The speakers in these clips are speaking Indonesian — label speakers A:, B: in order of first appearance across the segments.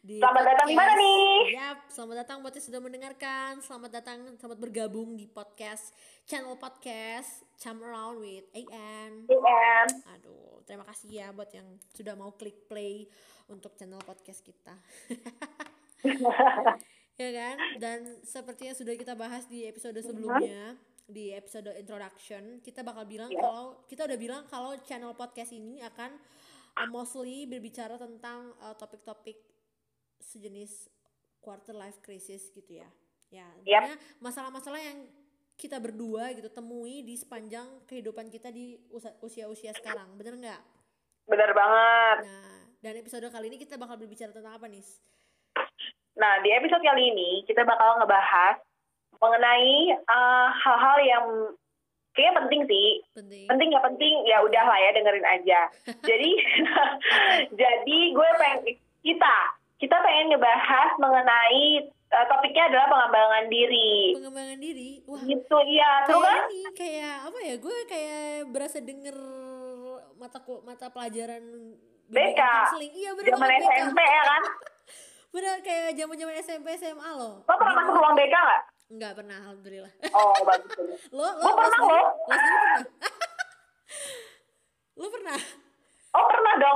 A: di
B: Selamat datang di mana nih?
A: Yap, selamat datang buat yang sudah mendengarkan. Selamat datang, selamat bergabung di podcast channel podcast Chum Around with AN. Aduh, terima kasih ya buat yang sudah mau klik play untuk channel podcast kita. Ya kan? Dan seperti yang sudah kita bahas di episode sebelumnya, di episode introduction, kita bakal bilang kita udah bilang kalau channel podcast ini akan mostly berbicara tentang topik-topik sejenis quarter life crisis gitu ya. Ya, intinya masalah-masalah yang kita berdua gitu temui di sepanjang kehidupan kita di usia-usia sekarang. Bener nggak?
B: Bener banget.
A: Nah, dan episode kali ini kita bakal berbicara tentang apa nih?
B: Nah, di episode kali ini kita bakal ngebahas mengenai hal-hal yang kayaknya penting sih. Penting nggak penting ya udahlah ya, dengerin aja. Jadi gue pengen kita pengen ngebahas mengenai topiknya adalah pengembangan diri.
A: Pengembangan diri? Wah,
B: gitu iya. Seru kan?
A: Ini kayak apa ya? Gue kayak berasa denger mata pelajaran
B: BK.
A: Iya bener.
B: Zaman SMP ya kan?
A: Bener kayak zaman SMP SMA loh.
B: Lo pernah masuk ruang BK nggak?
A: Enggak pernah, alhamdulillah.
B: Oh, bagus.
A: Lo
B: pernah lo?
A: Lo pernah?
B: Oh, pernah dong.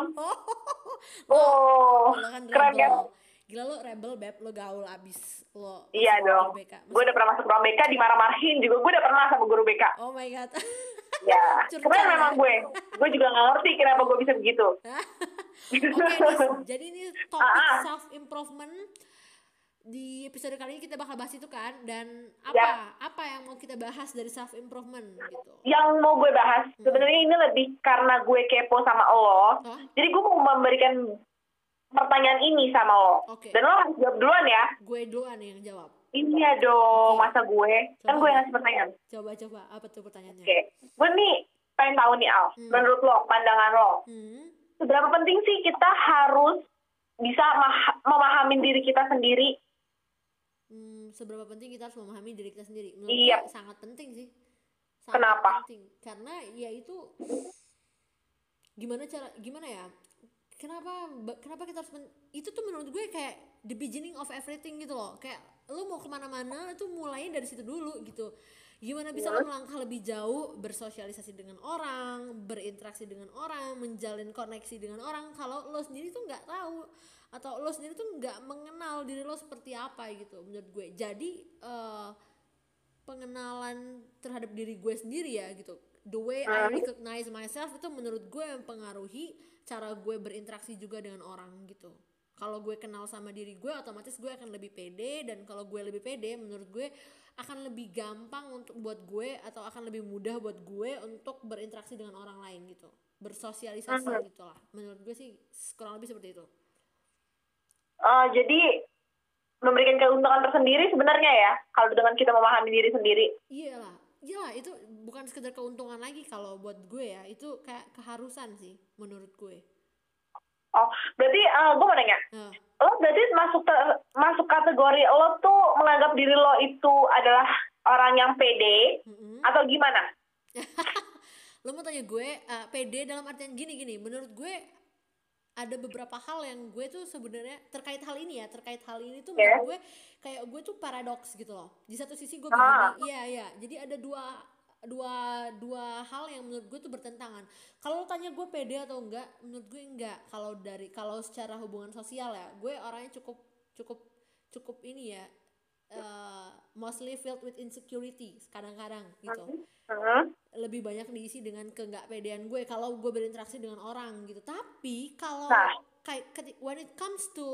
A: Lo kan
B: keren kan?
A: Gila lo rebel beb, lo gaul abis lo.
B: Iya dong. Gue udah pernah masuk ruang BK, dimarah-marahin juga. Gue udah pernah sama guru BK.
A: Oh my god.
B: Ya, keren memang gue. Gue juga gak ngerti kenapa gue bisa begitu.
A: Oke, jadi ini topik self improvement. Di episode kali ini kita bakal bahas itu kan, dan apa yang mau kita bahas dari self improvement gitu.
B: Yang mau gue bahas sebenarnya ini lebih karena gue kepo sama lo. Jadi gue mau memberikan pertanyaan ini sama lo. Dan lo harus jawab duluan ya.
A: Gue duluan yang jawab.
B: Iya dong, masa gue kan gue yang ngasih pertanyaan.
A: Coba apa tuh pertanyaannya?
B: Gue nih pengen tahu nih Al, menurut lo, pandangan lo, seberapa penting sih kita harus bisa memahami diri kita sendiri?
A: Seberapa penting kita harus memahami diri kita sendiri? Menurut gue sangat penting sih.
B: Kenapa?
A: Penting. Karena ya itu gimana ya? Kenapa kita harus itu tuh menurut gue kayak the beginning of everything gitu loh. Kayak lo mau kemana-mana itu mulai dari situ dulu gitu. Gimana bisa lo melangkah lebih jauh, bersosialisasi dengan orang, berinteraksi dengan orang, menjalin koneksi dengan orang kalau lo sendiri tuh nggak tahu atau lo sendiri tuh nggak mengenal diri lo seperti apa gitu menurut gue. Jadi pengenalan terhadap diri gue sendiri ya gitu, the way I recognize myself itu menurut gue mempengaruhi cara gue berinteraksi juga dengan orang gitu. Kalau gue kenal sama diri gue, otomatis gue akan lebih pede, dan kalau gue lebih pede, menurut gue akan lebih gampang untuk buat gue atau akan lebih mudah buat gue untuk berinteraksi dengan orang lain gitu, bersosialisasi gitulah. Menurut gue sih kurang lebih seperti itu.
B: Jadi memberikan keuntungan tersendiri sebenarnya ya, kalau dengan kita memahami diri sendiri.
A: Iyalah, itu bukan sekedar keuntungan lagi kalau buat gue ya, itu kayak keharusan sih menurut gue.
B: Oh, berarti gue mau nanya, lo berarti masuk kategori lo tuh menganggap diri lo itu adalah orang yang pede atau gimana?
A: Lo mau tanya gue pede dalam artian gini, menurut gue ada beberapa hal yang gue tuh sebenarnya terkait hal ini tuh menurut gue kayak gue tuh paradoks gitu loh. Di satu sisi gue begini, iya, jadi ada dua hal yang menurut gue tuh bertentangan. Kalau lo tanya gue pede atau enggak, menurut gue enggak. Kalau secara hubungan sosial ya, gue orangnya cukup ini ya, mostly filled with insecurity kadang-kadang gitu. Lebih banyak diisi dengan nggak pedean gue kalau gue berinteraksi dengan orang gitu. Tapi kalau when it comes to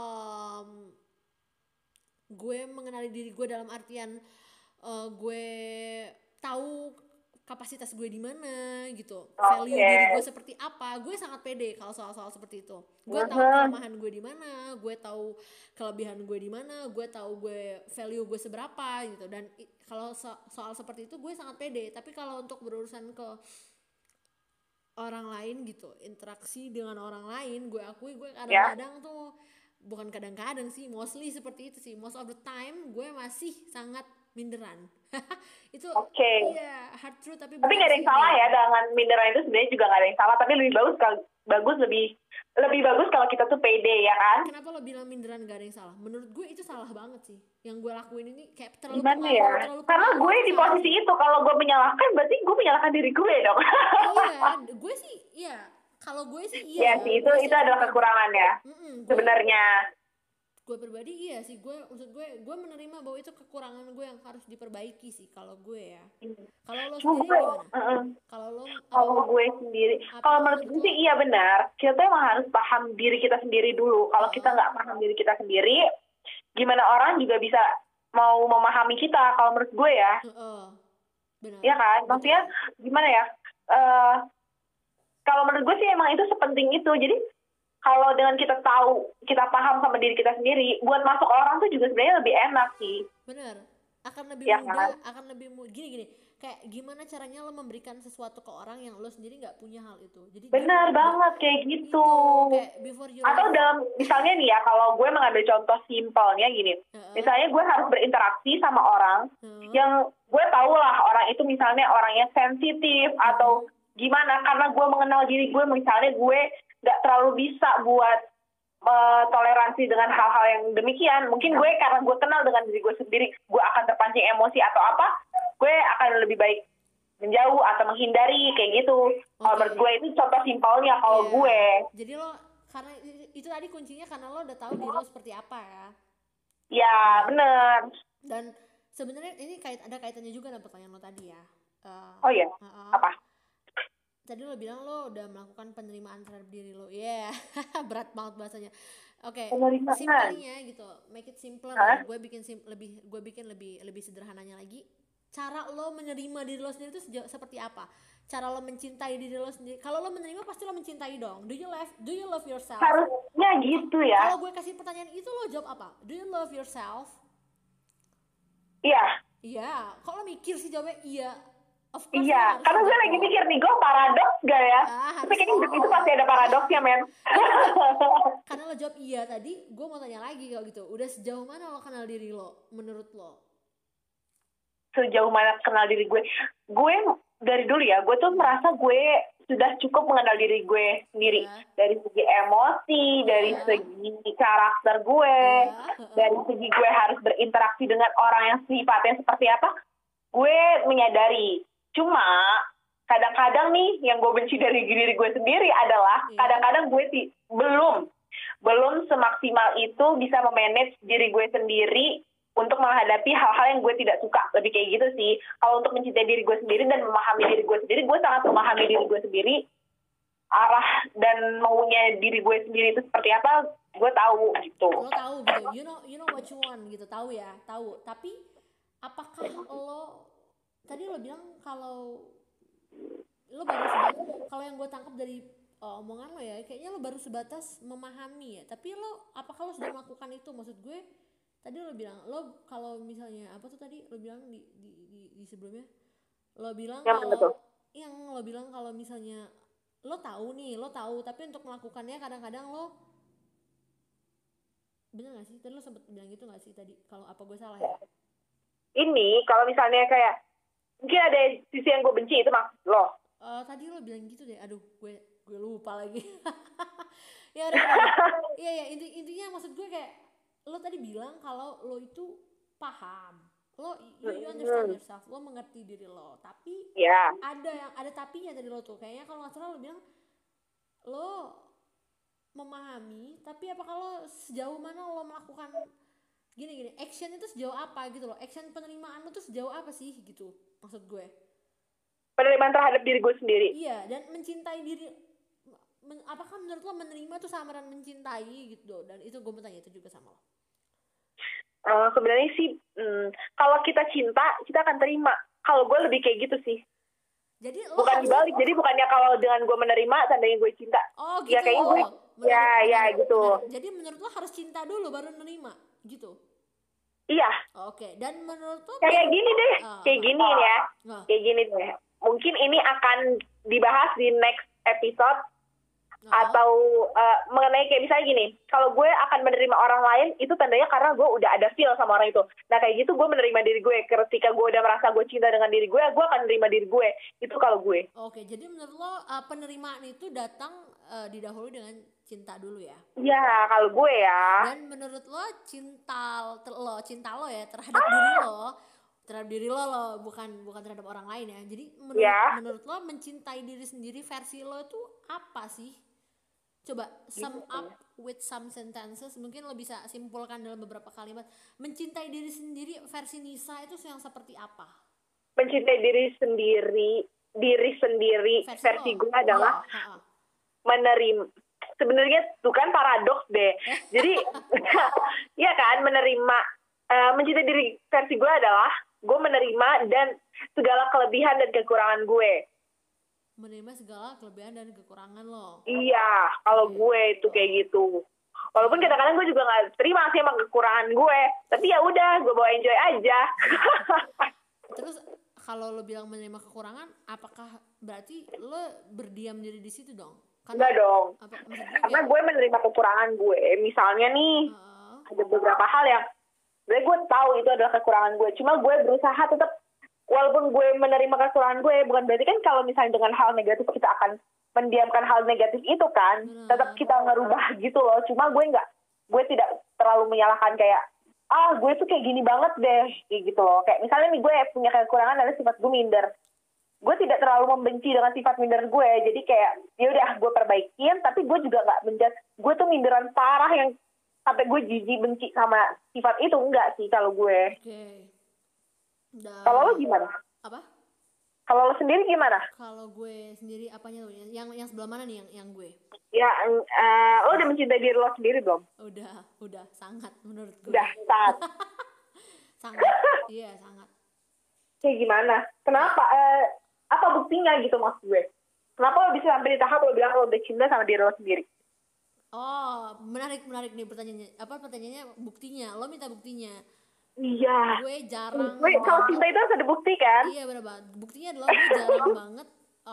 A: gue mengenali diri gue dalam artian gue tahu kapasitas gue di mana gitu, value diri gue seperti apa, gue sangat pede kalau soal seperti itu. Gue tahu kelemahan gue di mana, gue tahu kelebihan gue di mana, gue tahu gue value gue seberapa gitu. Dan kalau soal seperti itu gue sangat pede. Tapi kalau untuk berurusan ke orang lain gitu, interaksi dengan orang lain, gue akui gue kadang-kadang tuh, bukan kadang-kadang sih, mostly seperti itu sih, most of the time gue masih sangat minderan. Itu iya hard truth, tapi
B: nggak ada yang salah ya dengan minderan itu. Sebenarnya juga nggak ada yang salah, tapi lebih bagus lebih lebih bagus kalau kita tuh pede ya kan.
A: Kenapa lo bilang minderan gak ada yang salah? Menurut gue itu salah banget sih. Yang gue lakuin ini kayak terlalu
B: gimana ya, karena gue di posisi itu, kalau gue menyalahkan berarti gue menyalahkan diri gue dong.
A: Iya, gue sih iya. Kalau gue sih iya.
B: Ya sih, itu adalah kekurangan ya sebenarnya.
A: Gue pribadi iya sih, maksud gue menerima bahwa itu kekurangan gue yang harus diperbaiki sih kalau gue ya. Kalau lo sendiri gimana?
B: Kalau gue sendiri, kalau menurut gue sih iya benar, kita tuh emang harus paham diri kita sendiri dulu. Kalau kita nggak paham diri kita sendiri, gimana orang juga bisa mau memahami kita, kalau menurut gue ya.
A: Benar.
B: Iya kan, maksudnya gimana ya, kalau menurut gue sih emang itu sepenting itu. Jadi kalau dengan kita tahu, kita paham sama diri kita sendiri, buat masuk orang tuh juga sebenarnya lebih enak sih.
A: Bener, akan lebih ya, mudah, kan? Akan lebih gini. Kayak gimana caranya lo memberikan sesuatu ke orang yang lo sendiri nggak punya hal itu. Jadi
B: benar banget kayak gitu. Atau dalam, misalnya nih ya, kalau gue mengambil contoh simpelnya gini, misalnya gue harus berinteraksi sama orang yang gue tahu lah orang itu misalnya orang yang sensitif atau gimana, karena gue mengenal diri gue, misalnya gue nggak terlalu bisa buat toleransi dengan hal-hal yang demikian. Mungkin gue karena gue kenal dengan diri gue sendiri, gue akan terpancing emosi atau apa, gue akan lebih baik menjauh atau menghindari kayak gitu. Kalau menurut gue itu contoh simpelnya kalau gue.
A: Jadi lo, karena itu tadi kuncinya karena lo udah tahu diri lo seperti apa ya.
B: Ya bener.
A: Dan sebenarnya ini ada kaitannya juga dengan pertanyaan lo tadi ya.
B: Oh iya, apa?
A: Tadi lo bilang lo udah melakukan penerimaan terhadap diri lo. Iya, yeah. Berat banget bahasanya. Oke, simpelnya gitu, make it simpler. Gue bikin lebih sederhananya lagi. Cara lo menerima diri lo sendiri itu seperti apa? Cara lo mencintai diri lo sendiri. Kalau lo menerima pasti lo mencintai dong. Do you love yourself?
B: Harusnya gitu ya.
A: Kalau gue kasih pertanyaan itu lo jawab apa? Do you love yourself?
B: Iya.
A: Iya. Kalau mikir sih jawabnya iya.
B: Iya, karena gue lagi mikir nih, gue paradoks gak ya? Tapi kayaknya hidup itu pasti ada paradoksnya, men.
A: Karena lo jawab iya tadi, gue mau tanya lagi kalau gitu. Udah sejauh mana lo kenal diri lo, menurut lo?
B: Sejauh mana kenal diri gue? Gue dari dulu ya, gue tuh merasa gue sudah cukup mengenal diri gue sendiri. Dari segi emosi, dari segi karakter gue, dari segi gue harus berinteraksi dengan orang yang sifatnya seperti apa, gue menyadari. Cuma kadang-kadang nih yang gue benci dari diri gue sendiri adalah kadang-kadang gue belum semaksimal itu bisa memanage diri gue sendiri untuk menghadapi hal-hal yang gue tidak suka. Lebih kayak gitu sih. Kalau untuk mencintai diri gue sendiri dan memahami diri gue sendiri, gue sangat memahami diri gue sendiri. Arah dan maunya diri gue sendiri itu seperti apa, gue tahu gitu.
A: Lo tahu gitu, you know what you want gitu, tahu ya, tahu. Tapi apakah lo tadi lo bilang kalau lo baru sebatas, kalau yang gue tangkap dari omongan lo ya, kayaknya lo baru sebatas memahami ya. Tapi lo, apakah lo sudah melakukan itu? Maksud gue, tadi lo bilang lo kalau misalnya apa tuh tadi lo bilang di sebelumnya, lo bilang yang lo bilang kalau misalnya lo tahu, tapi untuk melakukannya kadang-kadang lo, bener nggak sih? Tadi lo sempet bilang gitu nggak sih tadi? Kalau apa gue salah ya?
B: Ini kalau misalnya kayak mungkin ada sisi yang gue benci, itu maksud lo?
A: Tadi lo bilang gitu deh. Aduh, gue lupa lagi. Ya udah. Iya intinya maksud gue kayak lo tadi bilang kalau lo itu paham. Lo you understand yourself, lo mengerti diri lo. Tapi ada tapinya tadi lo tuh. Kayaknya kalau nggak salah lo bilang lo memahami, tapi apakah lo sejauh mana lo melakukan gini action itu sejauh apa gitu loh, action penerimaan lo tuh sejauh apa sih gitu, maksud gue
B: penerimaan terhadap diri gue sendiri.
A: Iya, dan mencintai diri, apakah menurut lo menerima tuh sama dan mencintai gitu? Dan itu gue mau tanya itu juga sama lo.
B: Sebenarnya sih kalau kita cinta kita akan terima. Kalau gue lebih kayak gitu sih.
A: Jadi
B: bukan dibalik, jadi bukannya kalau dengan gue menerima tandanya gue cinta.
A: Oh gitu.
B: Ya kayak gue gitu.
A: Benar. Jadi menurut lo harus cinta dulu baru menerima gitu.
B: Iya.
A: Oke. Dan menurut lo
B: kayak gini deh, kayak gini ya. Kayak gini deh. Mungkin ini akan dibahas di next episode. Atau mengenai kayak misalnya gini, kalau gue akan menerima orang lain itu tandanya karena gue udah ada feel sama orang itu. Nah kayak gitu gue menerima diri gue. Ketika gue udah merasa gue cinta dengan diri gue akan menerima diri gue. Itu kalau gue.
A: Oke, jadi menurut lo penerimaan itu datang didahului dengan cinta dulu ya.
B: Iya, kalau gue ya.
A: Dan menurut lo cinta lo ya terhadap diri lo bukan terhadap orang lain ya. Jadi menurut lo mencintai diri sendiri versi lo itu apa sih? Coba sum up with some sentences, mungkin lo bisa simpulkan dalam beberapa kalimat. Mencintai diri sendiri versi Nisa itu yang seperti apa?
B: Mencintai diri sendiri versi gue adalah menerima. Sebenarnya tuh kan paradoks deh. Jadi ya kan, menerima, mencintai diri versi gue adalah gue menerima dan segala kelebihan dan kekurangan gue.
A: Menerima segala kelebihan dan kekurangan lo.
B: Iya, kalau gue itu kayak gitu. Walaupun kadang-kadang gue juga nggak terima sih sama kekurangan gue, tapi ya udah, gue bawa enjoy aja.
A: Terus kalau lo bilang menerima kekurangan, apakah berarti lo berdiam diri di situ dong?
B: Enggak dong. Karena gue menerima kekurangan gue. Misalnya nih, ada beberapa hal yang gue tahu itu adalah kekurangan gue. Cuma gue berusaha tetap, walaupun gue menerima kekurangan gue, bukan berarti kan kalau misalnya dengan hal negatif kita akan mendiamkan hal negatif itu kan. Tetap kita ngerubah gitu loh. Cuma gue tidak terlalu menyalahkan kayak, gue tuh kayak gini banget deh, kayak gitu loh. Kayak misalnya nih gue punya kekurangan adalah sifat gue minder. Gue tidak terlalu membenci dengan sifat minder gue, jadi kayak ya udah gue perbaikin, tapi gue juga nggak menjat. Gue tuh minderan parah yang sampai gue jijik benci sama sifat itu, enggak sih kalau gue. Kalau lo gimana?
A: Apa?
B: Kalau lo sendiri gimana?
A: Kalau gue sendiri apanya tuh? Yang sebelah mana nih yang gue?
B: Ya, lo udah mencintai diri lo sendiri belum?
A: Udah sangat menurut gue.
B: Udah sangat.
A: Sangat, iya sangat.
B: Kayak gimana? Kenapa? Apa buktinya gitu maksud gue? Kenapa lo bisa sampai di tahap lo bilang lo udah cinta sama diri lo sendiri?
A: Oh, menarik nih pertanyaannya. Pertanyaannya buktinya? Lo minta buktinya?
B: Iya.
A: Gue jarang.
B: Kalau cinta itu harus ada bukti kan?
A: Iya benar banget. Buktinya adalah gue jarang banget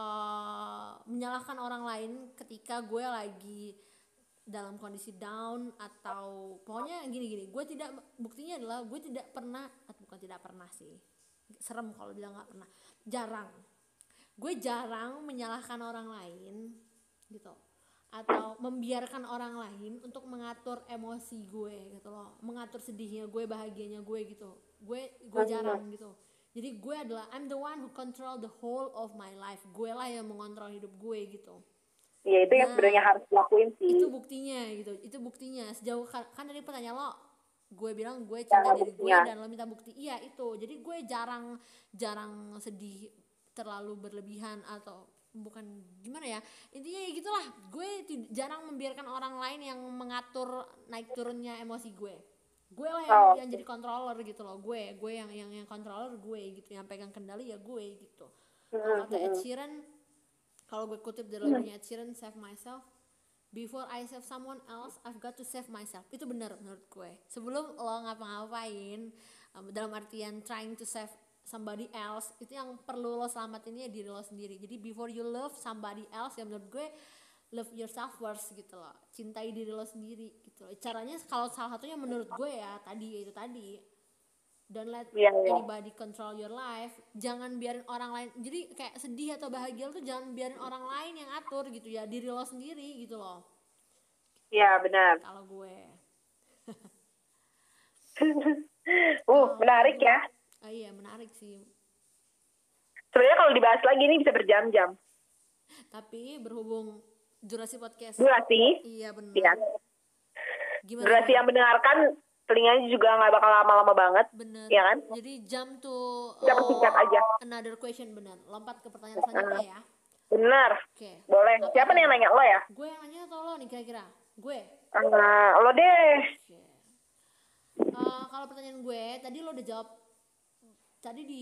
A: menyalahkan orang lain ketika gue lagi dalam kondisi down atau pokoknya gini. Buktinya adalah gue tidak pernah, bukan tidak pernah sih. Serem kalau bilang nggak pernah. Jarang. Gue jarang menyalahkan orang lain gitu. Atau membiarkan orang lain untuk mengatur emosi gue gitu loh, mengatur sedihnya gue, bahagianya gue gitu. Gue jarang gitu. Jadi gue adalah I'm the one who control the whole of my life. Gue lah yang mengontrol hidup gue gitu.
B: Iya, itu yang sebenarnya harus dilakuin sih.
A: Itu buktinya gitu. Itu buktinya. Sejauh kan dari pertanyaan lo, gue bilang gue cinta diri gue dan lo minta bukti. Iya itu. Jadi gue jarang sedih terlalu berlebihan atau bukan gimana ya, intinya ya gitulah. Gue jarang membiarkan orang lain yang mengatur naik turunnya emosi gue lah yang jadi controller gitu loh. Gue yang controller gue gitu, yang pegang kendali ya gue gitu. Kalau kata Ed Sheeran, kalau gue kutip dari lagunya Ed Sheeran, save myself before I save someone else, I've got to save myself. Itu benar menurut gue. Sebelum lo ngapa-ngapain, dalam artian trying to save somebody else, itu yang perlu lo selamatin ya diri lo sendiri. Jadi before you love somebody else, ya menurut gue love yourself first gitu loh. Cintai diri lo sendiri gitu loh. Caranya kalau salah satunya menurut gue ya tadi don't let anybody control your life. Jangan biarin orang lain, jadi kayak sedih atau bahagia tuh jangan biarin orang lain yang atur gitu ya, diri lo sendiri gitu loh.
B: Iya benar.
A: Kalau gue
B: menarik ya.
A: Iya menarik sih.
B: Sebenarnya kalau dibahas lagi ini bisa berjam-jam.
A: Tapi berhubung durasi podcast. Iya benar.
B: Iya. Durasi yang mendengarkan telinganya juga nggak bakal lama-lama banget.
A: Bener.
B: Ya kan?
A: Jadi jump to
B: singkat aja.
A: Another question, benar. Lompat ke pertanyaan selanjutnya ya.
B: Benar.
A: Oke.
B: Boleh. Siapa nih yang nanya, lo ya?
A: Gue yang nanya atau lo nih kira-kira? Gue.
B: Lo deh.
A: Oke. Kalau pertanyaan gue tadi lo udah jawab. Tadi di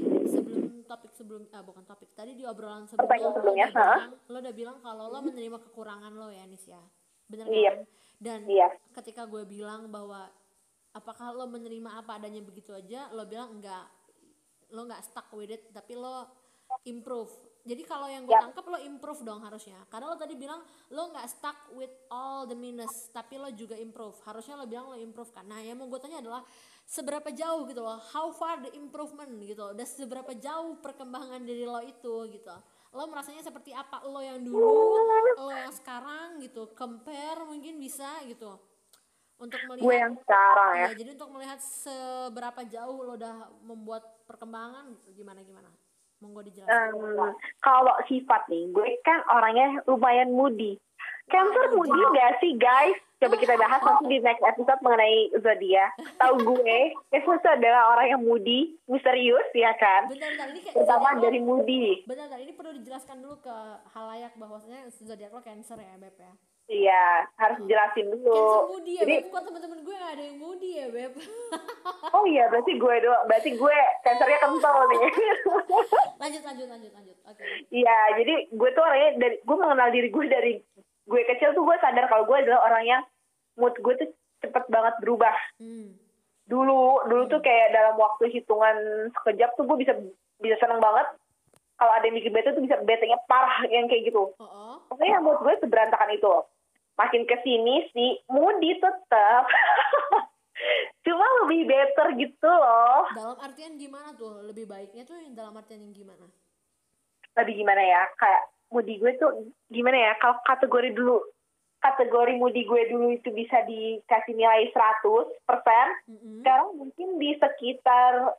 A: tadi di obrolan sebelumnya lo udah bilang kalau lo menerima kekurangan lo ya Nis ya, bener kan?
B: Iya.
A: Dan ketika gue bilang bahwa apakah lo menerima apa adanya begitu aja, lo bilang enggak, lo nggak stuck with it tapi lo improve. Jadi kalau yang gue tangkap lo improve dong harusnya, karena lo tadi bilang lo nggak stuck with all the minus tapi lo juga improve. Harusnya lo bilang lo improve kan. Nah yang mau gue tanya adalah seberapa jauh gitu loh, how far the improvement gitu, dan seberapa jauh perkembangan diri lo itu gitu. lo merasanya seperti apa, lo yang dulu, lo yang sekarang gitu, compare mungkin bisa gitu untuk
B: Gue
A: melihat.
B: yang sekarang ya.
A: Iya, jadi untuk melihat seberapa jauh lo udah membuat perkembangan, gimana monggo dijelaskan.
B: Kalau sifat nih, gue kan orangnya lumayan moody. Cancer moody gak sih guys? Coba kita bahas nanti di next episode mengenai zodiak. Tahu gue, Cancer adalah orang yang moody, misterius ya kan?
A: Bentar, ini kayak
B: Terutama dari moody.
A: Bentar, ini perlu dijelaskan dulu ke halayak bahwasanya zodiak lo Cancer ya, Beb ya.
B: Iya, harus jelasin dulu.
A: Cancer moody ya, Beb. Kok teman-teman gue gak ada yang moody ya, Beb?
B: Oh iya, berarti gue doang. Berarti gue Cancernya kental nih.
A: lanjut. Oke.
B: Iya, jadi gue tuh orangnya gue mengenal diri gue dari gue kecil tuh gue sadar kalau gue adalah orang yang mood gue tuh cepet banget berubah. Dulu tuh kayak dalam waktu hitungan sekejap tuh gue bisa seneng banget. Kalau ada yang bikin bete tuh bisa betenya parah yang kayak gitu. Pokoknya mood gue seberantakan itu. Makin kesini sih moody tetap. Cuma lebih better gitu loh.
A: Dalam artian gimana tuh? Lebih baiknya tuh yang dalam artian yang gimana?
B: Lebih gimana ya? Kayak moody gue tuh gimana ya? Kalau kategori moody gue dulu itu bisa dikasih nilai 100%. Sekarang mungkin di sekitar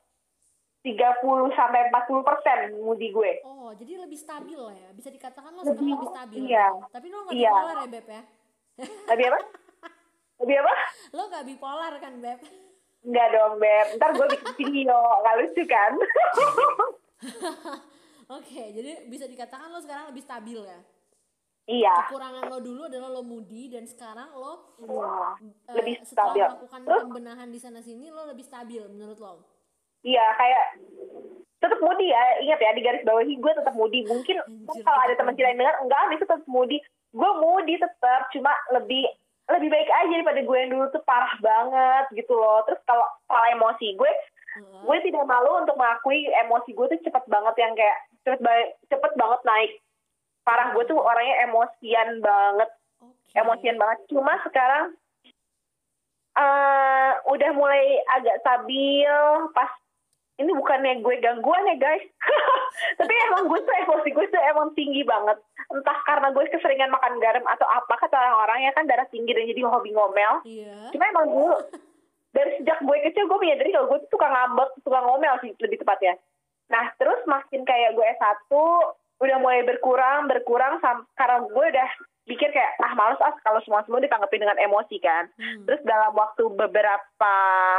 B: 30-40% moody gue.
A: Oh, jadi lebih stabil lah ya. Bisa dikatakan lo sekarang lebih stabil.
B: Iya.
A: Gitu. Tapi lo gak bipolar ya, Beb ya?
B: Lebih apa? Lebih apa?
A: Lo gak bipolar kan, Beb?
B: Enggak dong, Beb. Ntar gue bikin video. Gak lucu kan?
A: Oke, jadi bisa dikatakan lo sekarang lebih stabil ya?
B: Iya.
A: Kekurangan lo dulu adalah lo moody, dan sekarang lo
B: lebih
A: setelah
B: stabil.
A: melakukan pembenahan di sana-sini, lo lebih stabil menurut lo?
B: Iya, kayak tetap moody ya. Ingat ya, di garis bawahi gue tetap moody. Mungkin kalau ada teman kita yang dengar, enggak, itu tetap moody. Gue moody tetap, cuma lebih baik aja daripada gue yang dulu tuh parah banget gitu loh. Terus kalau emosi gue tidak malu untuk mengakui emosi gue tuh cepet banget, yang kayak cepet banget naik. Parah, gue tuh orangnya emosian banget. Cuma sekarang udah mulai agak stabil. Pas ini bukannya gue gangguan ya guys, tapi emang gue tuh emosi gue tuh emang tinggi banget. Entah karena gue keseringan makan garam atau apa, kata orang-orang ya kan darah tinggi dan jadi hobi ngomel. Cuma emang dulu dari sejak gue kecil gue menyadari kalau gue tuh suka ngambek, suka ngomel sih lebih tepatnya. Nah terus makin kayak gue S1 udah mulai berkurang karena gue udah pikir kayak males kalau semua ditanggapi dengan emosi kan. Terus dalam waktu beberapa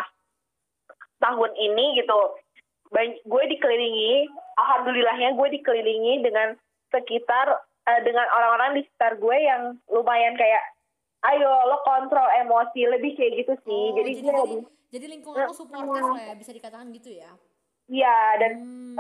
B: tahun ini gitu, gue dikelilingi, alhamdulillahnya gue dikelilingi dengan dengan orang-orang di sekitar gue yang lumayan kayak ayo lo kontrol emosi, lebih kayak gitu sih.
A: Jadi lingkungan lo suportif lah ya, bisa dikatakan gitu ya.
B: Iya, dan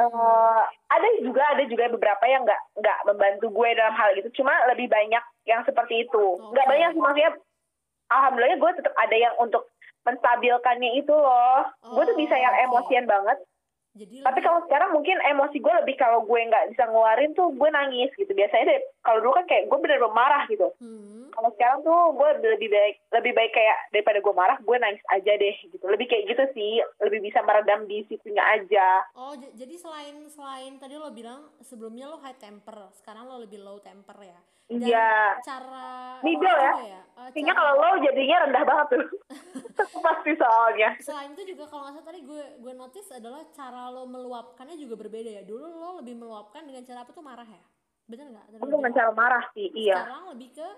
B: ada juga beberapa yang nggak membantu gue dalam hal itu, cuma lebih banyak yang seperti itu. Nggak banyak sih, maksudnya alhamdulillah gue tetap ada yang untuk menstabilkannya itu loh. Gue tuh bisa yang emosian banget. Tapi kalau sekarang mungkin emosi gue lebih, kalau gue nggak bisa ngeluarin tuh gue nangis gitu. Biasanya kalau dulu kan kayak gue bener-bener marah gitu. Kalau sekarang tuh gue lebih baik kayak daripada gue marah, gue nangis aja deh gitu. Lebih kayak gitu sih, lebih bisa meredam di situnya aja.
A: Oh, jadi selain tadi lo bilang sebelumnya lo high temper, sekarang lo lebih low temper ya?
B: Iya.
A: Cara
B: middle ya. Artinya kalau lo jadinya rendah banget tuh. Pasti soalnya.
A: Selain itu juga kalau nggak salah tadi gue notice adalah cara lo meluapkannya juga berbeda ya. Dulu lo lebih meluapkan dengan cara apa tuh, marah ya? Bener nggak?
B: Dengan cara marah sih, iya.
A: Sekarang lebih ke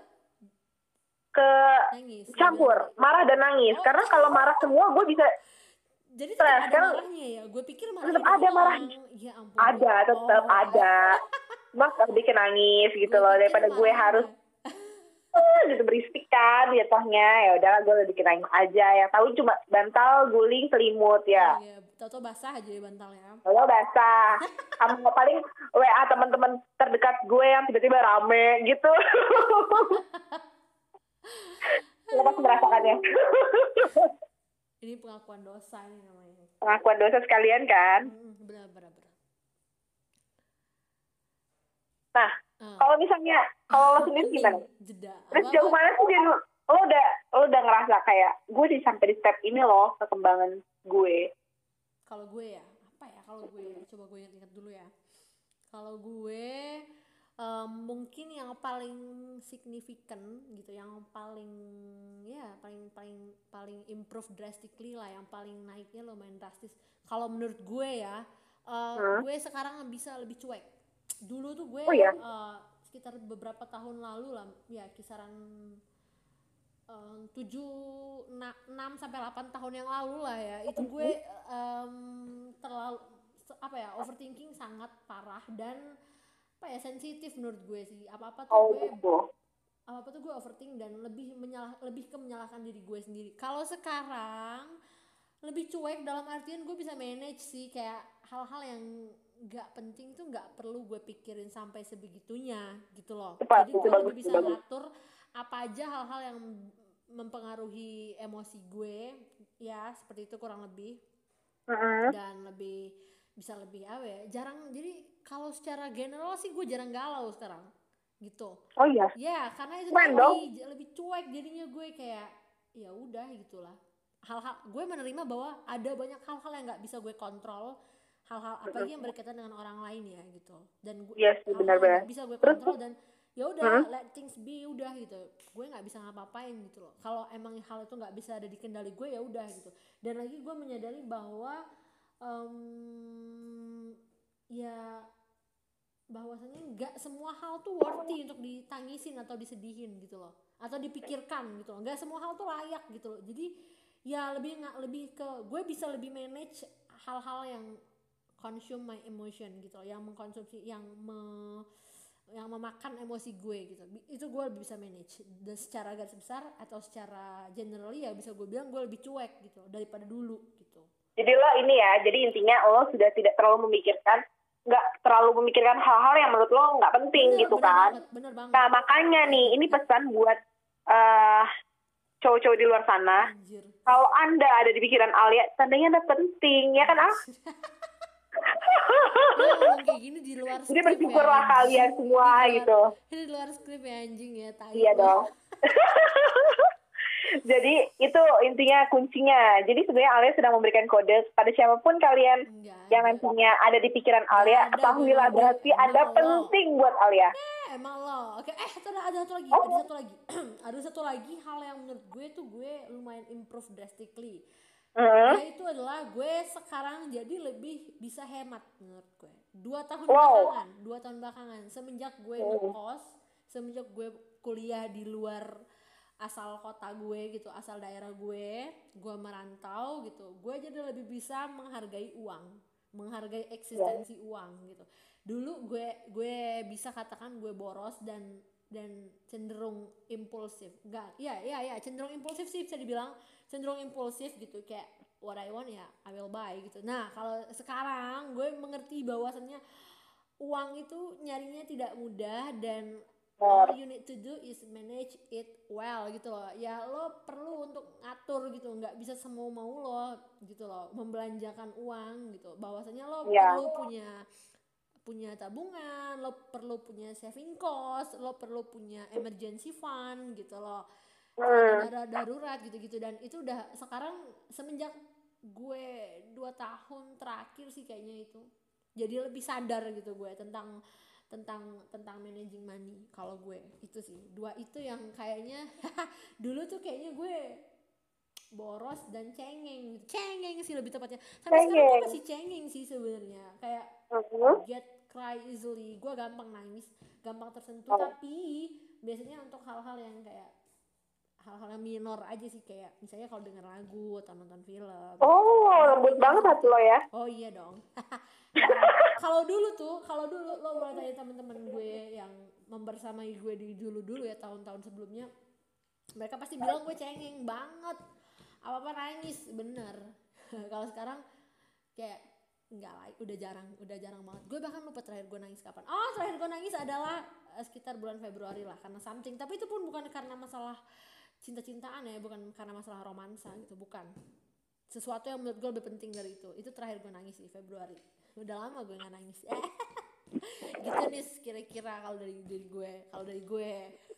B: nangis, campur marah dan nangis. Karena kalau marah semua gue bisa.
A: Jadi tetap ada marahnya ya? Gue pikir marahnya
B: tetap ada marahnya.
A: Ya ampun.
B: Tetap ada. Mas bikin nangis gitu loh, daripada gue harus gitu berisik kan jatuhnya. Ya udahlah, gue lebih bikin nangis aja. Yang tahu cuma bantal, guling, selimut ya. Iya,
A: tahu basah aja ya bantalnya.
B: Kalau basah. Sama paling WA teman-teman terdekat gue yang tiba-tiba rame gitu. Lo pasti merasakannya.
A: Ini pengakuan dosa nih namanya.
B: Pengakuan dosa sekalian kan?
A: Benar.
B: Nah, kalau misalnya, kalau lo sendiri gimana? Terus jauh mana sih lo udah ngerasa kayak gue sampai di step ini loh perkembangan gue?
A: Kalau gue ya, apa ya? Kalau gue coba gue ingat dulu ya. Kalau gue mungkin yang paling signifikan gitu, yang paling paling improve drastically lah, yang paling naiknya lumayan drastis. Kalau menurut gue ya, gue sekarang bisa lebih cuek. Dulu tuh gue sekitar beberapa tahun lalu lah, ya kisaran 6 sampai 8 tahun yang lalu lah ya, itu gue terlalu overthinking sangat parah dan sensitif menurut gue sih. Apa-apa tuh gue overthinking dan lebih ke menyalahkan diri gue sendiri. Kalau sekarang lebih cuek dalam artian gue bisa manage sih, kayak hal-hal yang nggak penting tuh nggak perlu gue pikirin sampai sebegitunya gitu loh. Jadi gue lebih bisa ngatur apa aja hal-hal yang mempengaruhi emosi gue, ya seperti itu kurang lebih. Dan bisa lebih jadi kalau secara general sih gue jarang galau sekarang gitu. Ya karena itu lebih cuek jadinya, gue kayak ya udah gitulah. Hal-hal gue menerima bahwa ada banyak hal-hal yang nggak bisa gue kontrol, hal-hal apalagi yang berkaitan dengan orang lain ya gitu, dan gue hal-hal yang nggak bisa gue kontrol, dan ya udah let things be, udah gitu, gue nggak bisa ngapa-ngapain gitu loh. Kalau emang hal itu nggak bisa ada di kendali gue ya udah gitu. Dan lagi gue menyadari bahwa ya bahwasanya nggak semua hal tuh worthy untuk ditangisin atau disedihin gitu loh, atau dipikirkan gitu loh. Nggak semua hal tuh layak gitu loh. Jadi ya lebih ke gue bisa lebih manage hal-hal yang consume my emotion gitu loh, yang mengkonsumsi, yang memakan emosi gue gitu. Itu gue lebih bisa manage. Dan secara garis besar atau secara generally ya bisa gue bilang gue lebih cuek gitu daripada dulu gitu.
B: Jadi lo ini ya, jadi intinya lo sudah tidak terlalu nggak terlalu memikirkan hal-hal yang menurut lo nggak penting gitu kan.
A: Bener banget.
B: Nah makanya nih, ini pesan buat cowok-cowok di luar sana. Kalau Anda ada di pikiran Alia, tandanya Anda penting, ya kan?
A: Ngomong kayak gini di luar skrip.
B: Jadi bersyukurlah kalian semua gitu.
A: Di luar skrip ya anjing ya.
B: Iya dong. Jadi itu intinya, kuncinya. Jadi sebenarnya Alia sedang memberikan kode pada siapapun kalian yang nantinya ada di pikiran Alia, ketahuilah berarti Anda penting buat Alia.
A: Emang lo. Oke, ada satu lagi hal yang menurut gue tuh gue lumayan improve drastically. Yaitu adalah gue sekarang jadi lebih bisa hemat menurut gue. 2 tahun belakangan semenjak gue ngekos, semenjak gue kuliah di luar asal kota gue gitu, asal daerah gue merantau gitu, gue jadi lebih bisa menghargai uang, menghargai eksistensi uang gitu. Dulu gue bisa katakan gue boros dan cenderung impulsif. Cenderung impulsif sih bisa dibilang, cenderung impulsif gitu, kayak what I want ya I will buy gitu. Nah kalau sekarang gue mengerti bahwasannya uang itu nyarinya tidak mudah, dan all you need to do is manage it well gitu loh. Ya lo perlu untuk ngatur gitu, nggak bisa semau mau lo gitu loh membelanjakan uang gitu. Bahwasanya lo perlu punya tabungan, lo perlu punya saving cost, lo perlu punya emergency fund gitu loh, dana darurat gitu-gitu. Dan itu udah sekarang semenjak gue 2 tahun terakhir sih kayaknya itu jadi lebih sadar gitu gue tentang managing money. Kalau gue itu sih 2 itu yang kayaknya dulu tuh kayaknya gue boros dan cengeng sih lebih tepatnya. Sampai sekarang gue masih cengeng sih sebenarnya, kayak cry easily, gue gampang nangis, gampang tersentuh. Tapi biasanya untuk hal-hal yang kayak hal-hal yang minor aja sih, kayak misalnya kalau denger lagu atau nonton film.
B: Lembut banget hati lo ya.
A: Oh iya dong. Kalau dulu lo boleh tanya teman-teman gue yang membersamai gue di dulu ya, tahun-tahun sebelumnya, mereka pasti bilang gue cengeng banget, apa-apa nangis, bener. Kalau sekarang kayak enggak lah, udah jarang banget. Gue bahkan lupa terakhir gue nangis kapan. Terakhir gue nangis adalah sekitar bulan Februari lah, karena something, tapi itu pun bukan karena masalah cinta-cintaan ya, bukan karena masalah romansa gitu, bukan. Sesuatu yang menurut gue lebih penting dari itu terakhir gue nangis di Februari. Udah lama gue nggak nangis. Gitu nih kira-kira kalau dari gue.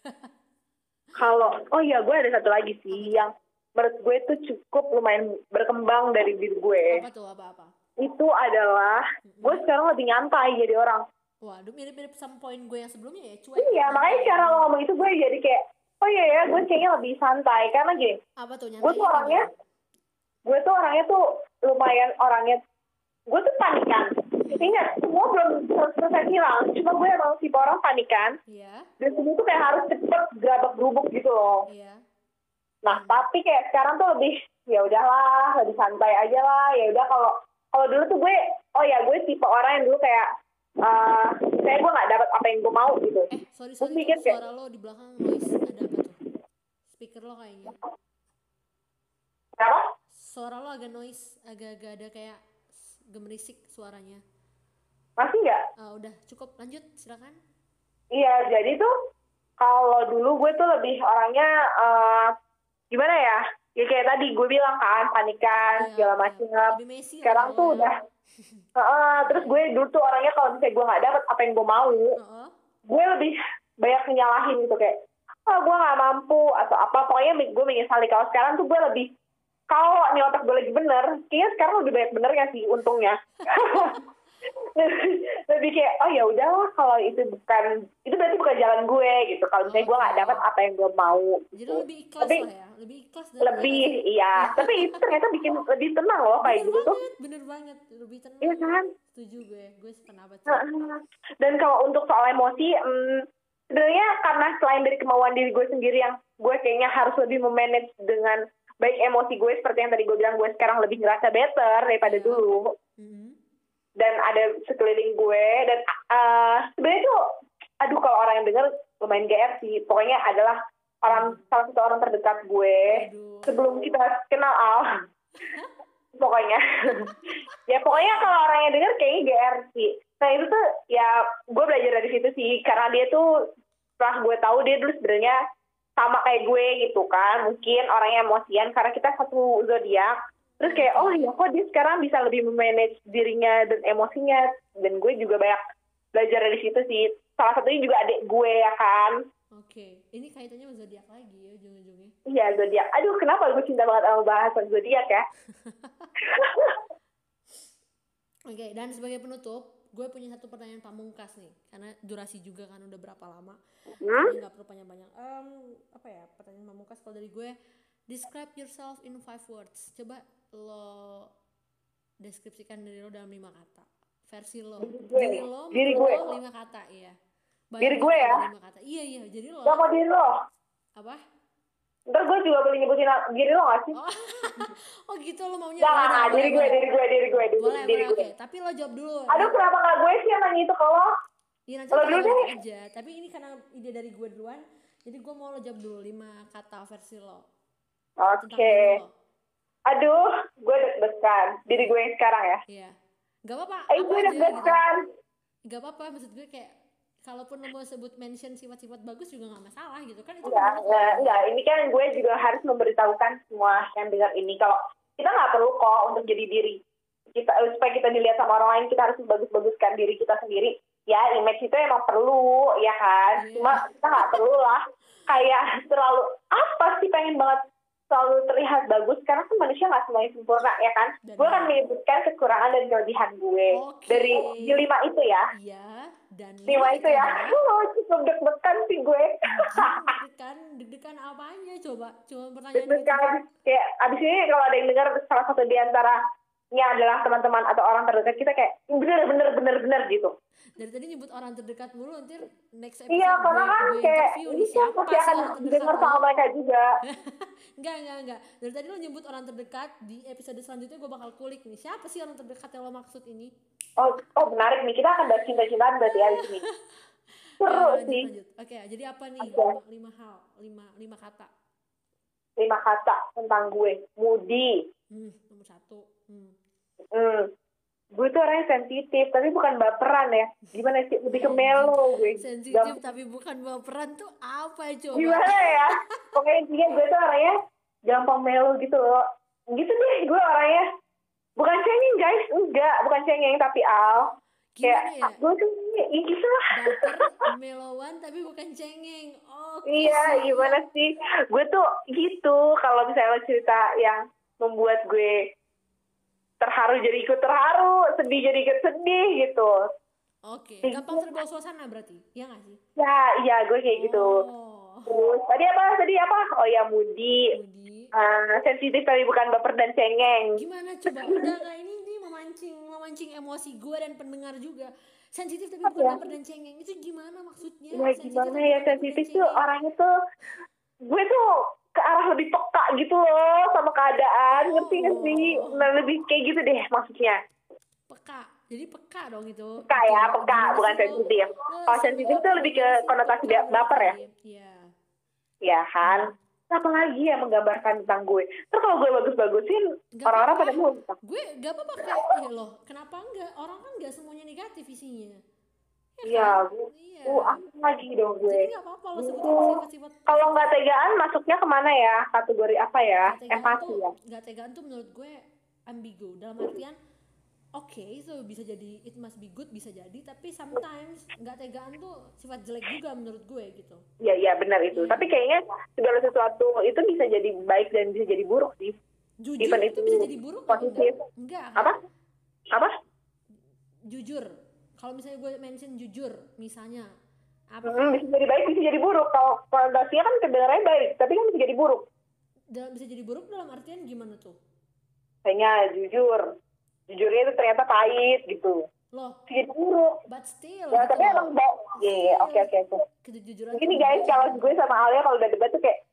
B: Gue ada satu lagi sih yang menurut gue tuh cukup lumayan berkembang dari diri gue.
A: Apa tuh? Apa?
B: Itu adalah gue sekarang lebih nyantai jadi orang.
A: Waduh, mirip-mirip sama poin gue yang sebelumnya ya, cuek.
B: Iya, makanya cara lo ngomong itu gue jadi kayak, oh iya ya, gue kayaknya lebih santai. Karena gini,
A: Apa tuh
B: gue tuh orangnya tuh lumayan orangnya, gue tuh panikan. Ingat, semua belum selesai hilang, cuma gue emang tipe orang panikan.
A: Iya.
B: Dan semua tuh kayak harus cepet gerabak gerubuk gitu loh.
A: Iya.
B: Nah, tapi kayak sekarang tuh lebih, ya udahlah, lebih santai aja lah. Ya udah, kalau dulu tuh gue, oh ya gue tipe orang yang dulu kayak, kayak gue nggak dapat apa yang gue mau gitu.
A: Sorry tuh, suara lo di belakang noise, ada apa tuh? Speaker lo kayaknya.
B: Kenapa?
A: Suara lo agak noise, agak-agak ada kayak gemerisik suaranya.
B: Masih nggak?
A: Udah cukup, lanjut silakan.
B: Iya, jadi tuh kalau dulu gue tuh lebih orangnya gimana ya? Ya kayak tadi gue bilang kan, panikan segala macam. Sekarang tuh udah terus gue dulu tuh orangnya kalau misalnya gue nggak dapet apa yang gue mau, gue lebih banyak nyalahin gitu kayak, gue nggak mampu atau apa. Pokoknya gue menyesali. Kalau sekarang tuh gue lebih, kalau nih otak gue lagi bener, kayaknya sekarang lebih banyak benernya sih untungnya. Lebih kayak, oh ya udahlah, kalau itu berarti bukan jalan gue gitu. Kalau misalnya gue nggak dapat apa yang gue mau.
A: Jadi lebih ikhlas lah ya, lebih ikhlas.
B: Lebih iya. Tapi itu ternyata bikin lebih tenang loh kayak gitu tuh.
A: Bener banget, lebih tenang.
B: Iya kan?
A: Setuju gue sependapat.
B: Dan kalau untuk soal emosi, sebenarnya karena selain dari kemauan diri gue sendiri yang gue kayaknya harus lebih memanage dengan baik emosi gue, seperti yang tadi gue bilang, gue sekarang lebih ngerasa better daripada dulu. Dan ada sekeliling gue, dan sebenarnya tuh, aduh kalau orang yang dengar lumayan GR sih. Pokoknya adalah salah satu orang terdekat gue sebelum kita kenal Al. Pokoknya ya pokoknya kalau orang yang dengar kayaknya GR sih. Nah itu tuh ya gue belajar dari situ sih, karena dia tuh setelah gue tahu dia dulu sebenarnya sama kayak gue gitu kan, mungkin orangnya emosian karena kita satu zodiak. Terus kayak, oh ya kok dia sekarang bisa lebih memanage dirinya dan emosinya. Dan gue juga banyak belajar dari situ sih. Salah satunya juga adik gue ya kan.
A: Oke, ini kaitannya sama zodiak lagi ya ujung-ujungnya.
B: Iya, zodiak. Aduh, kenapa gue cinta banget sama bahasan zodiak ya.
A: Oke, dan sebagai penutup, gue punya satu pertanyaan pamungkas nih. Karena durasi juga kan udah berapa lama. Jadi gak perlu panjang-panjang. Apa ya, pertanyaan pamungkas kalau dari gue, describe yourself in 5 words. Coba lo deskripsikan diri lo dalam 5 kata. Versi lo. Diri gue 5 kata, iya.
B: Diri gue ya?
A: 5 kata. Iya, jadi lo.
B: Gak mau diri lo?
A: Apa?
B: Ntar gue juga boleh nyebutin diri lo gak sih?
A: Oh gitu lo maunya?
B: Nah, diri gue.
A: Boleh, oke. Tapi lo jawab dulu.
B: Aduh, kenapa gak gue sih yang nanya itu ke lo?
A: Iya, nanti lo dulu deh aja. Tapi ini karena ide dari gue duluan, jadi gue mau lo jawab dulu 5 kata versi lo.
B: Oke. Aduh, gue deg-degan. Diri gue yang sekarang ya?
A: Iya. Gak apa-apa.
B: Gue deg-degan.
A: Gak apa-apa, maksud gue kayak, kalaupun lo mau sebut mention sifat-sifat bagus juga gak masalah gitu kan.
B: Enggak, ini kan gue juga harus memberitahukan semua yang dengar ini. Kalau kita gak perlu kok untuk jadi diri kita, supaya kita dilihat sama orang lain, kita harus membagus-baguskan diri kita sendiri. Ya, image itu emang perlu, ya kan? Cuma kita gak perlu lah kayak terlalu, apa sih pengen banget selalu terlihat bagus, karena kan manusia gak semuanya sempurna, ya kan? Gue akan menyebutkan kekurangan dan kelebihan gue. Dari di 5 itu ya.
A: Iya, dan
B: 5 itu ya. Cukup deg-degan sih gue.
A: Deg-degan apanya coba? Cuma pertanyaan
B: deg-degan. Kayak abis ini kalau ada yang dengar salah satu di antaranya adalah teman-teman atau orang terdekat kita, kayak bener gitu.
A: Dari tadi nyebut orang terdekat mulu, nanti next episode
B: iya, karena kan kayak ini
A: siapa
B: pasti akan dengar sama mereka juga.
A: Enggak. Dari tadi lo nyebut orang terdekat, di episode selanjutnya gue bakal kulik nih, siapa sih orang terdekat yang lo maksud ini?
B: Oh menarik nih, kita akan bahas cinta-cintaan berarti ya di sini. Seru sih.
A: Lanjut. Oke, jadi apa nih? 5 kata.
B: 5 kata tentang gue. Moody.
A: Nomor 1.
B: Gue tuh orangnya sensitif, tapi bukan baperan ya. Gimana sih? Lebih ke melo gue.
A: Sensitif tapi bukan baperan tuh apa coba?
B: Gimana ya? Pokoknya intinya gue tuh orangnya gampang melo gitu loh. Gitu deh, gue orangnya. Bukan cengeng guys, enggak. Bukan cengeng, tapi Al.
A: Gimana ya?
B: Gue tuh gitu lah.
A: Baper, melowan, tapi bukan cengeng.
B: Iya, gimana sih? Gue tuh gitu. Kalau misalnya cerita yang membuat gue terharu jadi ikut terharu, sedih jadi ikut sedih gitu.
A: Oke, gampang terbawa suasana berarti, ya nggak sih?
B: Ya, iya gue kayak gitu.
A: Oh,
B: Terus tadi apa? Oh ya, moody.
A: Budi.
B: Sensitif tapi bukan baper dan cengeng.
A: Gimana coba? Enggak ini memancing emosi gue dan pendengar juga. Sensitif tapi bukan
B: Ya,
A: baper dan cengeng. Itu gimana maksudnya?
B: ya
A: Sensitif
B: gimana
A: tapi
B: ya,
A: bukan baper dan
B: sensitif tuh
A: cengeng.
B: orangnya tuh, gue tuh ke arah lebih peka gitu loh sama keadaan, ngerti gak sih? Nah,
A: Oh,
B: lebih kayak gitu deh maksudnya.
A: peka. Jadi peka dong itu.
B: Peka
A: Itu
B: ya, peka,
A: gimana
B: bukan
A: sih
B: sensitif.
A: lo
B: Kalau
A: sum it
B: sensitif
A: up
B: tuh
A: ya,
B: lebih ke
A: gimana sih?
B: konotasi
A: Peka
B: baper
A: berarti.
B: ya.
A: Iya.
B: Ya kan?
A: Hmm.
B: Apa lagi yang menggambarkan tentang gue? Terus kalau gue bagus-bagusin,
A: Gak
B: orang-orang
A: apa-apa.
B: pada muntah.
A: Gue gak apa-apa kayak ya loh. Kenapa enggak? Orang kan gak semuanya negatif isinya. Ya
B: Iya,
A: kan?
B: gue
A: Iya.
B: apa lagi dong gue?
A: Jadi nggak apa-apa lo
B: Gue
A: sebutin
B: tuh,
A: sifat-sifat
B: kalau
A: sifat
B: nggak tegaan masuknya kemana ya? Kategori apa ya? Empati ya?
A: gak tegaan tuh menurut gue ambigu dalam artian oke, so bisa jadi it must be good, bisa jadi, tapi sometimes nggak tegaan tuh sifat jelek juga menurut gue gitu.
B: Iya, iya benar itu.
A: Iya.
B: Tapi kayaknya segala sesuatu itu bisa jadi baik dan bisa jadi buruk sih.
A: Jujur
B: Even
A: itu
B: itu
A: bisa jadi buruk apa
B: positif.
A: enggak kan?
B: Apa? Apa?
A: Jujur, kalau misalnya gue mention jujur misalnya apa
B: Bisa jadi baik, bisa jadi buruk. Kalau konotasinya kan kedengarannya baik, tapi kan bisa jadi buruk.
A: bisa jadi buruk dalam artian gimana tuh?
B: Kayaknya jujurnya itu ternyata pahit gitu.
A: Loh,
B: Bisa jadi buruk.
A: but still
B: Ya,
A: gitu
B: tapi
A: loh.
B: emang iya, oke.
A: Kejujuran
B: Gini
A: tuh
B: guys, kalau
A: baik.
B: gue sama Alia kalau udah debat tuh kayak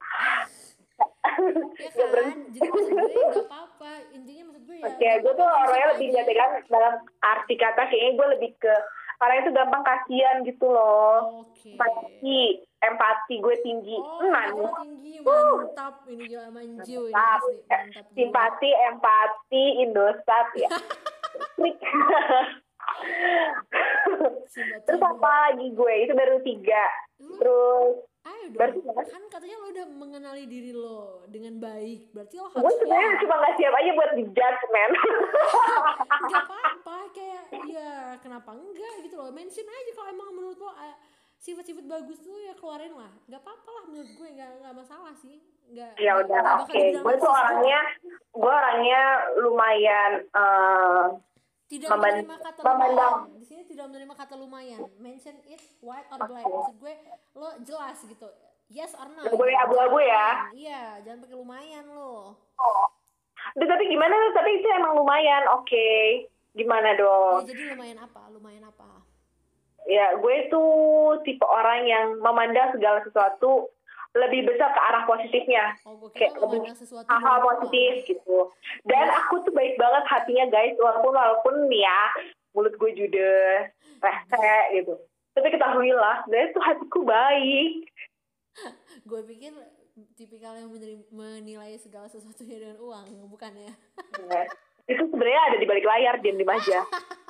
A: Ya
B: gak
A: kan,
B: berhenti.
A: jadi maksud gue nggak apa-apa, intinya maksud gue ya
B: Oke,
A: nggak
B: gue
A: apa-apa
B: tuh
A: mention
B: orangnya lebih
A: aja.
B: gak tegang dalam arti kata, kayaknya gue lebih ke orang itu gampang kasihan gitu loh.
A: Oke.
B: Empati gue tinggi.
A: Oh, empati lo tinggi, mantap. Ini juga manju ini
B: Mantap.
A: asli, mantap jiwa.
B: Simpati, empati, Indosat ya. Klik.
A: Simpati
B: Terus
A: gue.
B: apa lagi gue? Itu baru 3.
A: Lu,
B: Terus
A: ayo
B: berarti
A: dong. Kan katanya lo udah mengenali diri lo dengan baik. Berarti lo
B: gue
A: harusnya
B: sebenarnya cuma gak siap aja buat dijudge, man.
A: nggak apa-apa. Kayak ya kenapa enggak gitu loh. Mention aja kalau emang menurut lo sifat-sifat bagus tuh ya keluarin lah. Nggak apa-apa lah menurut gue, nggak masalah sih. Nggak
B: Ya udah,
A: bakal
B: oke.
A: dibilang
B: Gue tuh
A: narsis juga.
B: orangnya lumayan
A: Tidak menerima kata lumayan. Di sini tidak menerima kata lumayan. Mention it white or black. Maksud gue lo jelas gitu. Yes or no.
B: Boleh abu-abu ya.
A: Iya, jangan pakai lumayan lo.
B: Tapi gimana? Tapi itu emang lumayan, oke. Gimana dong?
A: Ya, jadi lumayan apa? Lumayan apa?
B: Ya, gue tuh tipe orang yang memandang segala sesuatu lebih besar ke arah positifnya.
A: Oh, gue kira
B: Kayak
A: lo
B: lebih
A: memandang sesuatu
B: hal
A: dengan
B: positif gitu. Dan aku tuh baik banget hatinya guys, walaupun nih ya mulut gue judes, rese gitu. Tapi ketahuilah, guys tuh hatiku baik.
A: Gue pikir tipikal yang menilai segala sesuatunya dengan uang, bukan ya?
B: Ya. Itu sebenarnya ada di balik layar, diam-diam aja.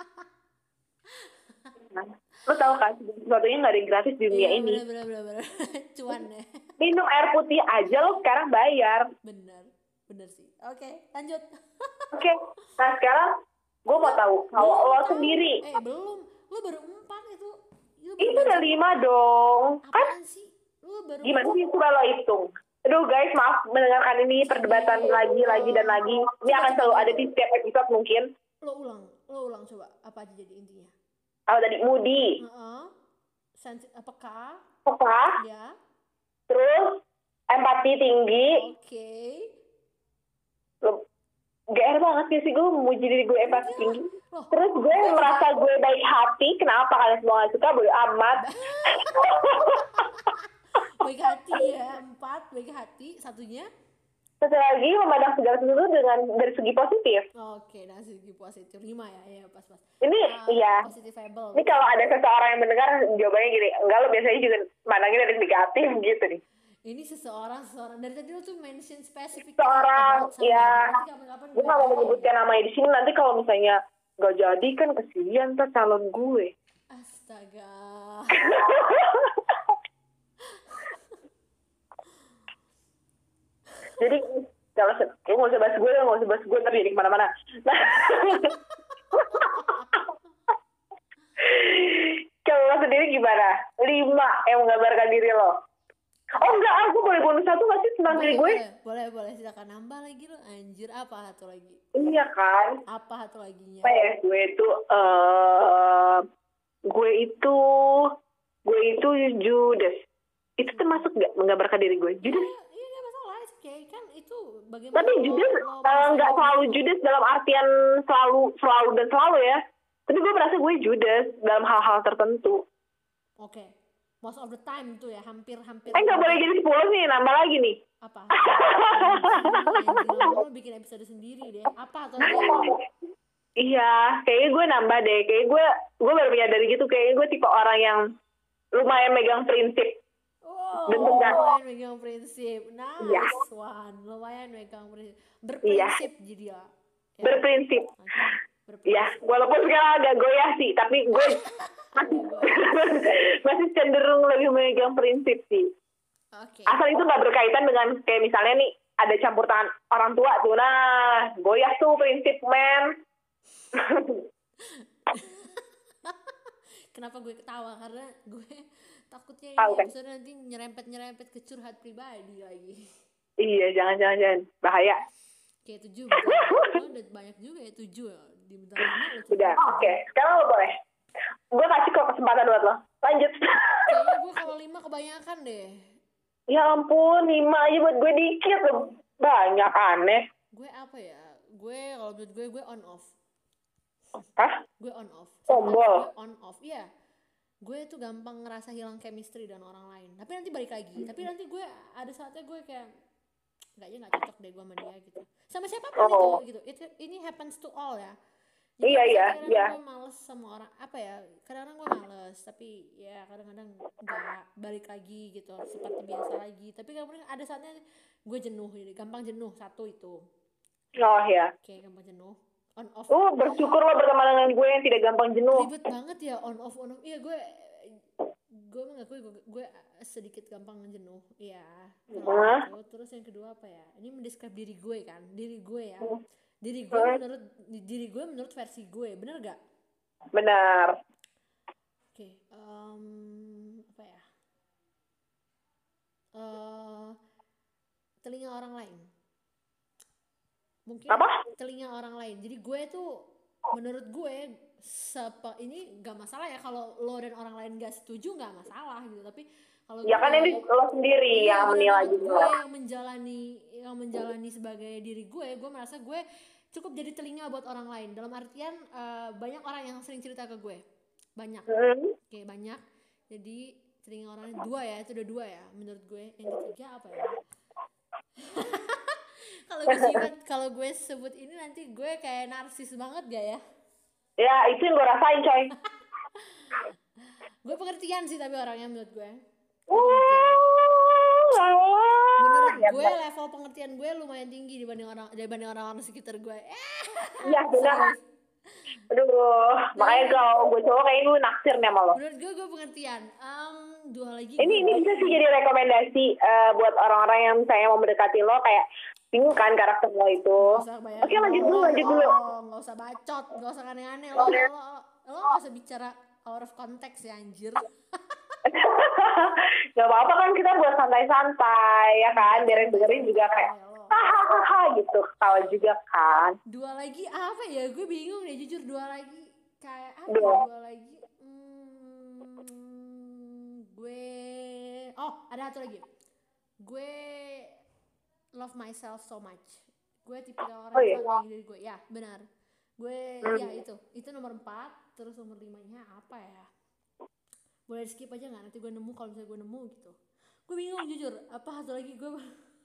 B: Lo tau kan, sesuatunya nggak ada yang gratis di dunia ini.
A: Bener. Cuan ya.
B: Minum air putih aja lo sekarang bayar.
A: Bener sih. Oke, lanjut.
B: Oke, nah sekarang gue mau tahu kalau lo sendiri.
A: Belum. Lo baru 4 itu.
B: Itu udah 5 dong.
A: Apaan sih? Lo baru
B: Gimana sih coba lo hitung? Aduh guys, maaf mendengarkan ini perdebatan lagi dan lagi. Ini akan selalu ada di setiap episode mungkin.
A: Lo ulang coba. Apa aja jadi intinya?
B: Kalau tadi moody.
A: Apakah?
B: Apa?
A: Ya.
B: Terus empati tinggi.
A: Oke.
B: GR banget ya sih gue memuji diri gue empati tinggi.
A: Loh,
B: Terus gue merasa gue baik hati. Kenapa kalian semua gak suka? Bodo amat.
A: Baik hati ya, 4 baik hati. Satunya?
B: Satu lagi memandang segala sesuatu dari segi positif.
A: Oke, dari segi positif 5 ya, ya pas.
B: Ini iya.
A: Positifable.
B: Ini kalau ada seseorang yang mendengar jawabannya gini, enggak lo biasanya juga mandangnya dari negatif gitu nih.
A: Ini seseorang dari tadi lo tuh mention spesifik
B: Seorang ya,
A: kapan-kapan
B: gue nggak mau menyebutkan namanya di sini, nanti kalau misalnya nggak jadi kan kesian tuh calon gue.
A: Astaga.
B: Jadi kalau nggak usah bahas gue ntar jadi kemana-mana. Nah, kalau lo sendiri gimana? 5 yang menggambarkan diri lo. Oh enggak, aku boleh bonus 1 nggak sih tentang diri gue?
A: Boleh, silakan nambah lagi lo. Anjir, apa satu lagi?
B: Iya kan?
A: Apa satu laginya?
B: Apa ya, gue tuh gue itu Judas. Itu termasuk nggak menggambarkan diri gue? Judas.
A: Iya nggak masalah, kayak kan itu bagaimana.
B: Tapi Judas nggak selalu Judas dalam artian selalu dan selalu ya. Tapi gue merasa gue Judas dalam hal-hal tertentu.
A: Oke. Most of the time tuh ya, hampir.
B: Nggak boleh jadi 10 nih, nambah lagi nih.
A: Apa? Lo bikin episode sendiri deh. Apa atau
B: Iya, kayaknya gue nambah deh. Kayak gue baru menyadari gitu. Kayaknya gue tipe orang yang lumayan megang prinsip.
A: Lumayan megang prinsip. Nice one. Lumayan megang prinsip. Berprinsip jadi ya.
B: Berprinsip. Ya, walaupun sekarang agak goyah sih, tapi gue masih cenderung lebih memegang prinsip sih. Asal itu nggak berkaitan dengan kayak misalnya nih ada campur tangan orang tua tuh, nah goyah tuh prinsip men.
A: Kenapa gue ketawa? Karena gue takutnya
B: ini
A: episode nanti nyerempet ke curhat pribadi lagi.
B: Iya, jangan bahaya.
A: Kayak 7 udah banyak juga ya 7 ya di bentar ini.
B: Udah, oke. Sekarang lo boleh. Gue kasih kok kesempatan buat lo. Lanjut.
A: Kayaknya gue kalau 5 kebanyakan deh.
B: Ya ampun, 5 aja buat gue dikit loh. Banyak, aneh.
A: Gue apa ya? Gue kalau menurut gue on off.
B: Hah?
A: Gue on off.
B: Tombol.
A: Gue on off, iya. Gue tuh gampang ngerasa hilang chemistry dan orang lain. Tapi nanti balik lagi. Tapi nanti gue ada saatnya gue kayak nggak cocok deh gue sama dia gitu. Sama siapapun gitu. Ini happens to all ya. Jadi iya. Gue males sama orang apa ya? Kadang-kadang gue males, tapi ya kadang-kadang nggak balik lagi gitu seperti biasa lagi. Tapi kadang-kadang ada saatnya gue jenuh, jadi gampang jenuh satu itu.
B: Oh ya.
A: Kayak gampang jenuh. On off.
B: Bersyukur lo berteman dengan gue yang tidak gampang jenuh.
A: Ribet banget ya on off. Iya gue mengakui gue sedikit gampang jenuh. Iya. Terus yang kedua apa ya? Ini mendeskripsi diri gue kan. Diri gue ya. Diri gue menurut versi gue. Bener gak?
B: Benar.
A: Oke. Apa ya? Telinga orang lain. Mungkin apa? Telinga orang lain. Jadi gue tuh menurut gue ini gak masalah ya kalau lo dan orang lain gak setuju, gak masalah gitu. Tapi kalau
B: ya kan ini lo sendiri yang menilai
A: gue yang menjalani sebagai diri gue merasa gue cukup jadi telinga buat orang lain. Dalam artian banyak orang yang sering cerita ke gue. Banyak. Oke, banyak. Jadi telinga orang lain 2 ya, itu udah 2 ya menurut gue. Yang ketiga apa ya? Kalau gue sebut ini nanti gue kayak narsis banget gak ya?
B: Ya itu yang gue rasain coy.
A: Gue pengertian sih tapi orangnya menurut gue. Menurut gue level pengertian gue lumayan tinggi dibanding orang-orang sekitar gue.
B: Iya benar. Aduh, makanya kalau gue cowok kayaknya gue naksir nih sama lo.
A: Menurut gue pengertian. 2 lagi.
B: Ini bisa sih jadi rekomendasi buat orang-orang yang misalnya mau mendekati lo kayak bingung kan karakter lo itu. Oke lanjut dulu.
A: Nggak usah bacot, nggak usah aneh-aneh. Lo nggak usah bicara out of context ya anjir.
B: Gak apa-apa kan kita buat santai-santai ya kan, dengerin juga kayak hahaha gitu, ketawa juga kan.
A: 2 lagi apa ya? Gue bingung deh jujur 2 lagi kayak apa? 2 lagi. Gue ada satu lagi. Gue love myself so much. Gue tipikal orang yang sangat diri gue. Ya, benar. Gue ya itu nomor 4, terus nomor 5-nya apa ya? Boleh skip aja nggak? Nanti gue nemu kalau misalnya gue nemu gitu. Gue bingung jujur. Apa satu lagi gue?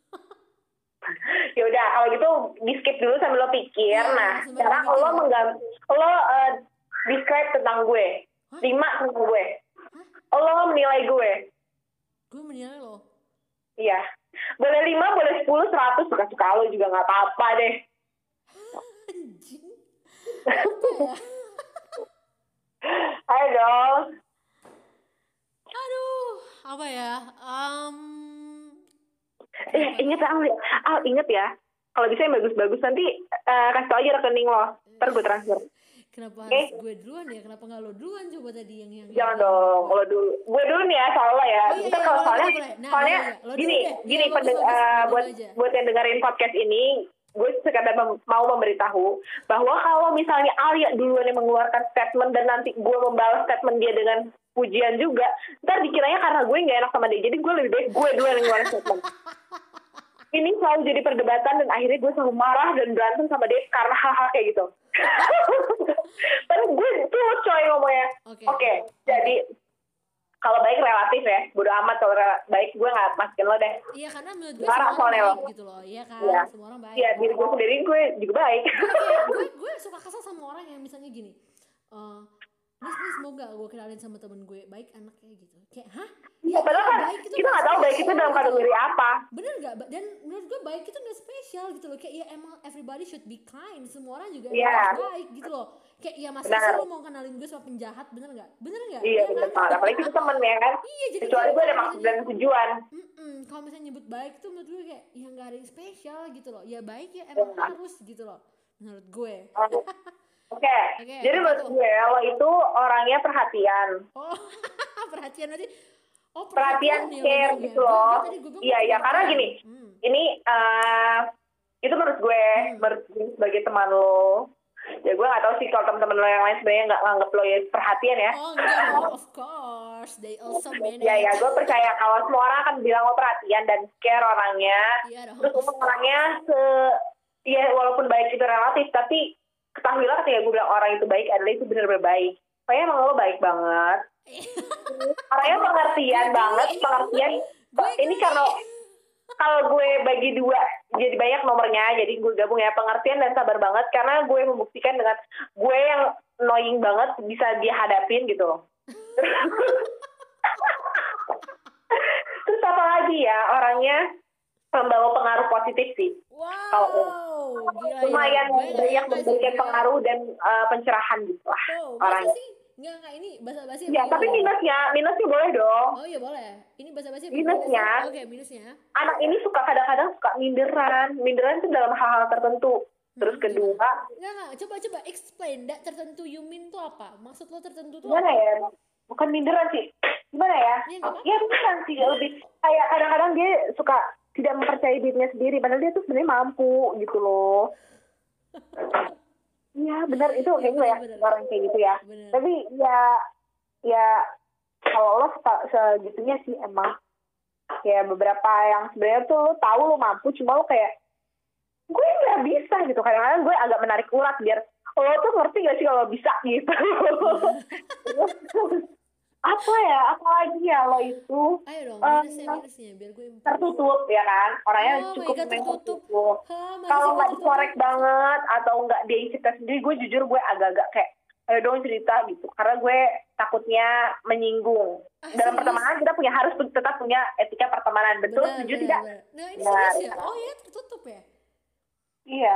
B: Ya udah kalau gitu di skip dulu sambil lo pikir. Nah, sekarang lo describe tentang gue. 5 tentang gue. Lo menilai gue.
A: Gue menilai lo.
B: Iya. Boleh 5, boleh 10, 100 suka-suka lo juga nggak apa-apa deh.
A: Anjing. Apa ya?
B: Ayo dong.
A: Aduh, apa ya?
B: Ingat ya. Kalau bisa yang bagus-bagus nanti kasih tau aja rekening lo. Ntar gue transfer.
A: Kenapa harus gue duluan ya? Kenapa nggak lo duluan coba tadi yang
B: Jangan dong, lo dulu. Gue dulu nih ya soalnya ya. Ntar kalau soalnya gini buat yang dengerin podcast ini, gue sekadar mau memberitahu bahwa kalau misalnya Alia duluan yang mengeluarkan statement dan nanti gue membalas statement dia dengan pujian juga, ntar dikiranya karena gue nggak enak sama dia, jadi gue lebih baik gue duluan yang ngeluarin statement. Ini selalu jadi perdebatan dan akhirnya gue selalu marah dan berantem sama dia karena hal-hal kayak gitu. Tapi gue tuh coy ngomongnya. Oke. Jadi kalau baik relatif ya, bodo amat kalau baik gue nggak masukin lo deh.
A: Iya karena menurut gue semua orang baik gitu loh, iya kan, ya. Semua orang baik.
B: Iya diri gue sendiri gue juga baik.
A: Gue suka kesel sama orang yang misalnya gini, Nis mau gak gue kenalin sama temen gue, baik anaknya gitu, kayak hah?
B: Ya, padahal kan baik itu kita nggak tahu baik itu dalam kategori apa.
A: Bener nggak? Dan menurut gue baik itu nggak spesial gitu loh, kayak ya emang everybody should be kind, semua orang juga harus baik gitu loh. Kayak ya masa sih lo mau kenalin gue sama penjahat, bener nggak?
B: Iya bener kan? Apalagi kita temen ya kan.
A: Iya jadi
B: kecuali gue ada maksud dan tujuan.
A: Kalau misalnya nyebut baik tuh menurut gue kayak ya nggak ada yang spesial gitu loh. Ya baik ya emang harus gitu loh menurut gue.
B: Oke. Jadi menurut gue lo itu orangnya perhatian.
A: Oh perhatian berarti. Oh
B: perhatian care gitu loh. Iya karena gini. Ini itu menurut gue sebagai teman lo. Ya gue gak tahu sih kalau teman-teman lo yang lain sebenarnya nggak nganggep lo ya perhatian ya.
A: Oh enggak, of course they also manage.
B: Ya gue percaya kalau semua orang akan bilang lo perhatian dan care orangnya. Terus orangnya ya walaupun baik itu relatif, tapi ketahuilah ketika gue bilang orang itu baik adalah itu benar-benar baik. Kayaknya emang lo baik banget. Orangnya pengertian banget, pengertian. Ini kalau gue bagi dua jadi banyak nomornya, jadi gue gabung ya, pengertian dan sabar banget, karena gue membuktikan dengan gue yang annoying banget bisa dia hadapin gitu loh. Terus apa lagi ya, orangnya membawa pengaruh positif sih.
A: Wow,
B: lumayan banyak memberikan pengaruh dan pencerahan gitu lah orangnya.
A: Enggak ini basa-basi.
B: Ya, tapi minusnya boleh dong.
A: Oh iya boleh. Ini basa-basi.
B: Minusnya.
A: Oke, minusnya.
B: Anak ini kadang-kadang suka minderan. Minderan itu dalam hal-hal tertentu. Terus kedua.
A: Enggak. Coba explain. Tertentu you mean tuh apa? Maksud lo tertentu tuh
B: gimana
A: apa?
B: Ya? Bukan minderan sih. Gimana ya? Ya minderan sih. Lebih kayak kadang-kadang dia suka tidak mempercayai dirinya sendiri. Padahal dia tuh sebenarnya mampu gitu loh. Iya benar itu kayak gue ya orang kayak gitu ya. Bener. Tapi ya kalau lo segitunya sih emang kayak beberapa yang sebenarnya tuh lo tahu lo mampu, cuma lo kayak gue nggak bisa gitu. Kadang-kadang gue agak menarik urat biar lo tuh ngerti gak sih kalau bisa gitu. Apa lagi ya lo itu?
A: Ayo dong, minusnya biar gue
B: tertutup ya kan, orangnya cukup tertutup. Kalau nggak dikorek banget atau nggak dia cerita sendiri, gue jujur gue agak-agak kayak ayo dong cerita gitu, karena gue takutnya menyinggung. Dalam pertemanan kita harus tetap punya etika pertemanan, betul? Setuju tidak?
A: Nah ini serius ya? Oh ya tertutup ya?
B: Iya.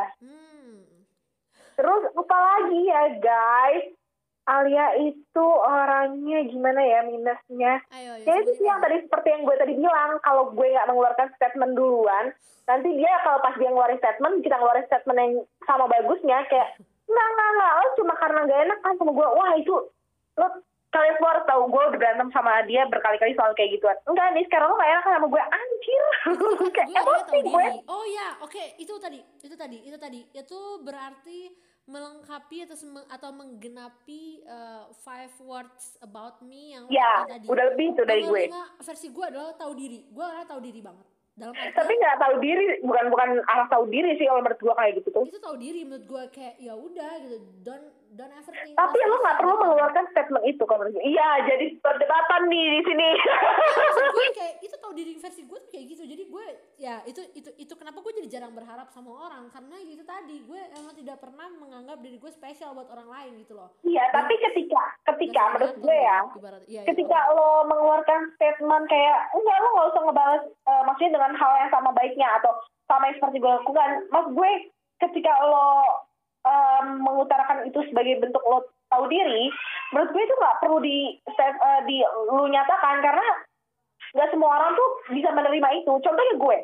B: Terus apa lagi ya guys? Alia itu orangnya gimana ya minusnya? Ya itu sih yang tadi seperti yang gue tadi bilang, kalau gue nggak mengeluarkan statement duluan, nanti dia kalau pas dia ngeluarin statement, kita ngeluarin statement yang sama bagusnya, kayak nggak, lo cuma karena nggak enak kan sama gue, wah itu lo kalian semua harus tahu gue udah berantem sama dia berkali-kali soal kayak gituan. Enggak nih, sekarang lo nggak enak sama gue, anjir. Kayak emosi gue.
A: Oh ya, oke, itu tadi, itu berarti melengkapi atau menggenapi 5 words about me yang
B: tadi. Udah lebih itu dari gue.
A: Versi gue adalah tahu diri. Gue adalah tahu diri banget.
B: Tapi nggak tahu diri, bukan arah tahu diri sih kalau menurut gue kayak gitu tuh.
A: Itu tahu diri menurut gue, kayak ya udah gitu, don't ever think.
B: Tapi lo nggak perlu mengeluarkan statement itu kalau menurut gue. Iya, jadi perdebatan nih di sini.
A: Maksud gue kayak itu tahu diri versi gue tuh kayak gitu. Jadi gue ya itu kenapa gue jadi jarang berharap sama orang, karena itu tadi gue emang tidak pernah menganggap diri gue spesial buat orang lain gitu loh.
B: Iya, tapi ketika menurut gue ketika lo mengeluarkan statement kayak enggak, lo nggak usah ngebales maksudnya dengan hal yang sama baiknya atau sama yang seperti gue lakukan. Maksud gue ketika lo mengutarakan itu sebagai bentuk lo tahu diri, menurut gue itu nggak perlu lu nyatakan, karena nggak semua orang tuh bisa menerima itu. Contohnya gue.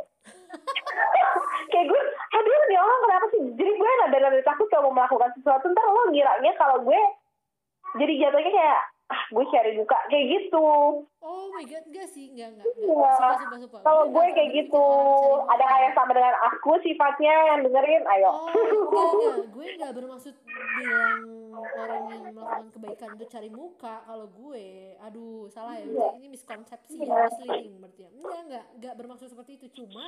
B: Kayak gue, aduh nih orang kenapa sih? Jadi gue ada takut kalau mau melakukan sesuatu, ntar lo ngiranya kalau gue jadi jatuhnya kayak gue cari muka kayak gitu.
A: Oh my god, enggak sih, enggak.
B: Iya.
A: Sumpah.
B: Kalau gue
A: Nggak
B: kayak
A: berpikir
B: gitu,
A: orang cari muka.
B: ada kayak sama dengan aku sifatnya yang dengerin, ayo.
A: Oh, enggak. Gue enggak bermaksud bilang orang yang melakukan kebaikan itu cari muka. Kalau gue, aduh, salah ya. Berarti ini miskonsepsi ya, misleading berarti ya. Enggak bermaksud seperti itu. Cuma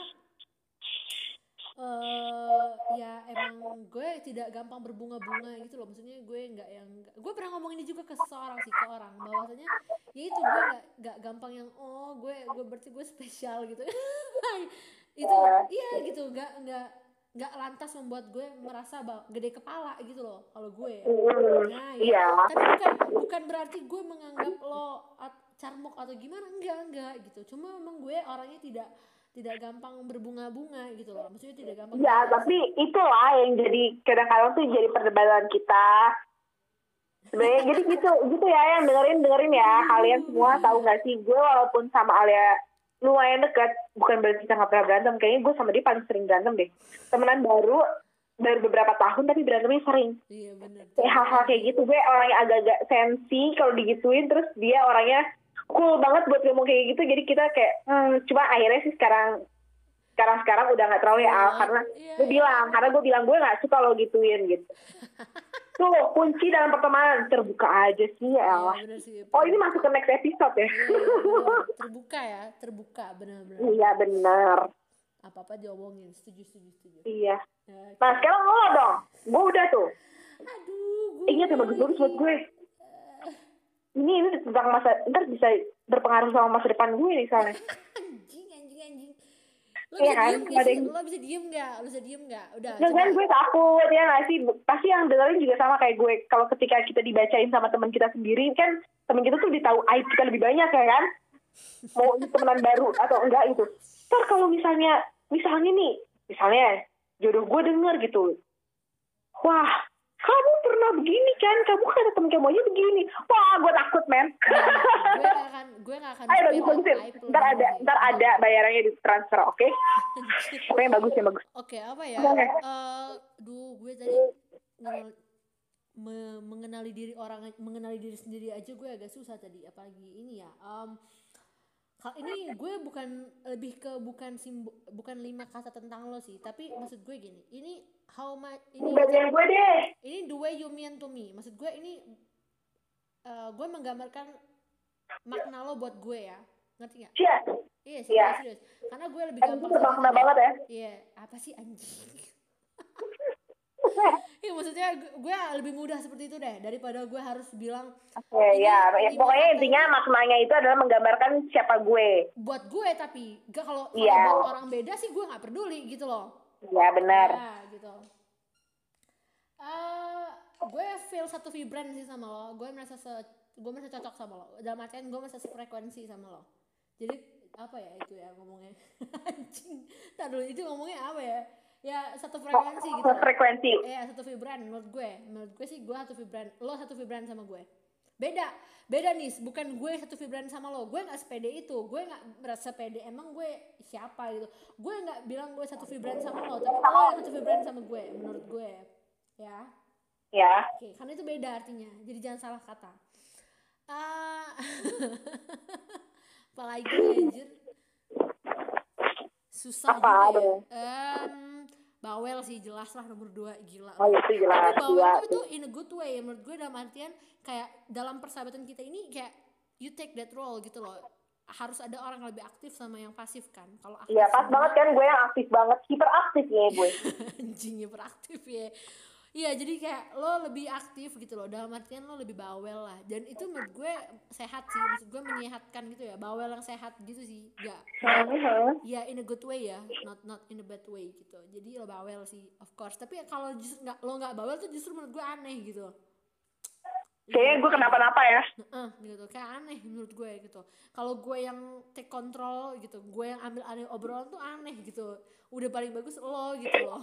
A: ya emang gue tidak gampang berbunga-bunga gitu loh. Maksudnya gue gue pernah ngomong ini juga ke seseorang sih, ke orang bahwasanya ya itu gue nggak gampang yang gue berarti gue spesial gitu. Itu iya gitu, nggak lantas membuat gue merasa gede kepala gitu loh kalau gue ya. Nah ya, tapi bukan berarti gue menganggap lo carmuk atau gimana, enggak gitu. Cuma memang gue orangnya tidak gampang berbunga-bunga gitu loh, maksudnya tidak gampang
B: ya tapi itulah yang jadi kadang-kadang tuh jadi perdebatan kita sebenarnya. Jadi gitu ya, yang dengerin ya, kalian semua tahu nggak sih, gue walaupun sama Alia lumayan dekat, bukan berarti kita nggak pernah berantem. Kayaknya gue sama dia paling sering berantem deh, temenan baru beberapa tahun tapi berantemnya sering.
A: Iya benar.
B: Kayak hal-hal kayak gitu, gue orangnya agak-agak sensi kalau digituin, terus dia orangnya cool banget buat ngomong kayak gitu. Jadi kita kayak cuma akhirnya sih sekarang udah nggak terlalu ya, karena gue bilang gue nggak suka lo gituin gitu. Tuh kunci dalam pertemanan, terbuka aja sih ya. Oh ini masuk ke next episode ya.
A: Terbuka benar-benar.
B: Iya benar.
A: Apa diomongin, setuju.
B: Iya. Nah sekarang lo dong, gue udah tuh.
A: Aduh,
B: Ingat ya, bagus buat gue. Ini tentang ntar bisa berpengaruh sama masa depan gue nih soalnya.
A: anjing. Lo bisa diem nggak? Udah.
B: Kan gue takut ya nggak sih. Pasti yang dengerin juga sama kayak gue. Kalau ketika kita dibacain sama teman kita sendiri, kan teman kita tuh tahu aib kita lebih banyak ya kan. Mau temenan baru atau enggak itu. Ntar kalau misalnya jodoh gue denger gitu. Wah, kamu pernah begini kan? Kamu kan temen kamu aja begini. Wah, gue takut men.
A: Gue gak akan.
B: Ayo bagusin. Ntar ada bayarannya di transfer, oke? Pokoknya bagus.
A: Oke, apa ya? Gue tadi mengenali diri sendiri aja gue agak susah tadi. Apalagi ini ya. Ini gue bukan 5 kata tentang lo sih, tapi maksud gue gini, ini
B: bagian gue deh.
A: Ini the way you mean to me. Maksud gue ini gue menggambarkan makna lo buat gue ya, ngerti nggak? Iya serius. Karena gue lebih gampang.
B: Makna banget ya.
A: Iya, apa sih anjing? Iya maksudnya gue lebih mudah seperti itu deh daripada gue harus bilang.
B: Pokoknya intinya maknanya itu adalah menggambarkan siapa gue.
A: Buat gue tapi kalau buat orang beda sih gue nggak peduli gitu loh.
B: Iya benar.
A: Ya gitu. Gue feel satu vibran sih sama lo. Gue merasa cocok sama lo. Dalam artian gue merasa sefrekuensi sama lo. Jadi apa ya itu ya ngomongnya? Anjing. Ntar dulu itu ngomongnya apa ya? Ya satu frekuensi gitu.
B: Frekuensi.
A: Iya satu vibran menurut gue sih gue satu vibran. Lo satu vibran sama gue. Beda nih, bukan gue satu vibran sama lo. Gue nggak sepede itu. Gue nggak merasa pede. Emang gue siapa gitu. Gue nggak bilang gue satu vibran sama lo, tapi lo yang satu vibran sama gue menurut gue. Ya. Oke, karena itu beda artinya. Jadi jangan salah kata. Apalagi anjir. Susah juga ya. Bawel sih jelas lah nomor 2, gila.
B: Oh itu jelas.
A: Tapi bawel itu in a good way ya menurut gue, dalam artian kayak dalam persahabatan kita ini kayak you take that role gitu loh. Harus ada orang yang lebih aktif sama yang pasif kan. Kalau aktif.
B: Iya pas banget kan, gue yang aktif banget, hiperaktif ya gue.
A: Anjing hiperaktif ya. Iya jadi kayak lo lebih aktif gitu loh, dalam artian lo lebih bawel lah. Dan itu menurut gue sehat sih, maksud gue menyehatkan gitu ya, bawel yang sehat gitu sih. Ya in a good way ya, not in a bad way gitu. Jadi lo bawel sih of course, tapi kalau justru lo nggak bawel tuh justru menurut gue aneh gitu.
B: Kayaknya gue kenapa-napa ya.
A: Gitu kayak aneh menurut gue gitu. Kalau gue yang take control gitu, gue yang ambil alih obrolan tuh aneh gitu. Udah paling bagus lo gitu loh.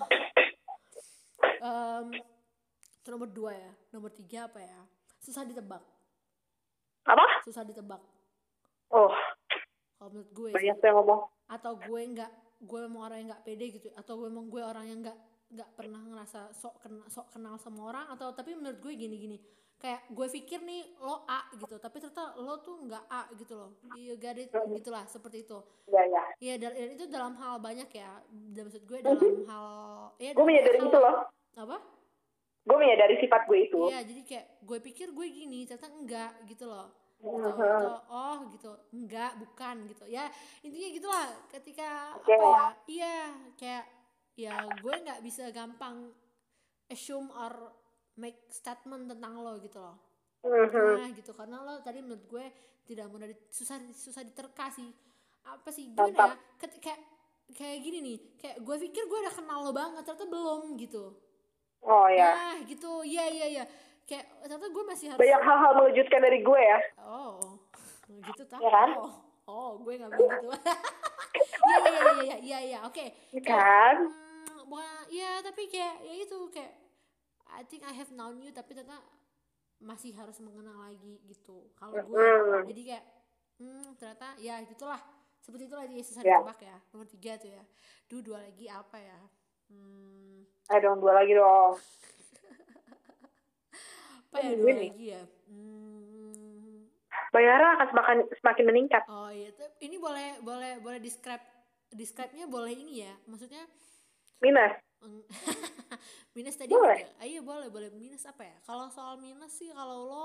A: Itu nomor 2 ya. Nomor 3 apa ya? Susah ditebak.
B: Apa?
A: Susah ditebak.
B: Oh.
A: Kalau menurut gue
B: banyak yang ngomong.
A: Atau gue memang orang yang nggak pede gitu. Atau gue memang gue orang yang nggak nggak pernah ngerasa sok kenal sama orang, atau tapi menurut gue gini kayak gue pikir nih lo A gitu tapi ternyata lo tuh nggak A gitu loh, you got it gitulah, seperti itu.
B: Ya.
A: Iya, dan itu dalam hal banyak ya, dan maksud gue dalam hal ya
B: Gue
A: dalam banyak
B: menyadari
A: hal
B: itu
A: lah.
B: loh.
A: Apa?
B: Gue menyadari sifat gue itu.
A: Iya, jadi kayak gue pikir gue gini ternyata enggak gitu loh, gitu. Atau oh gitu enggak, bukan gitu ya, intinya gitulah. Ketika apa ya, iya kayak ya gue nggak bisa gampang assume or make statement tentang lo gitu loh. Nah gitu, karena lo tadi menurut gue tidak mudah susah diterka sih. Apa sih gimana ya, kayak gini nih, kayak gue pikir gue udah kenal lo banget ternyata belum gitu.
B: Oh ya.
A: Nah gitu, iya kayak ternyata gue masih harus
B: banyak hal-hal mengejutkan dari gue ya.
A: Oh gitu tak?
B: Ya kan?
A: Gue nggak begitu. Iya oke.
B: Kan?
A: Ya tapi kayak ya itu kayak I think I have known you tapi ternyata masih harus mengenal lagi gitu kalau gue. Jadi kayak ternyata ya gitulah, seperti itulah, dia susah ditebak ya. Nomor 3 tuh ya. 2 lagi apa ya?
B: Dong 2 lagi dong.
A: Apa ya 2 lagi ya?
B: Bayaran akan semakin meningkat.
A: Oh iya, ini boleh describe-nya boleh ini ya, maksudnya
B: minus.
A: Minus tadi boleh. Iya boleh minus apa ya? Kalau soal minus sih, kalau lo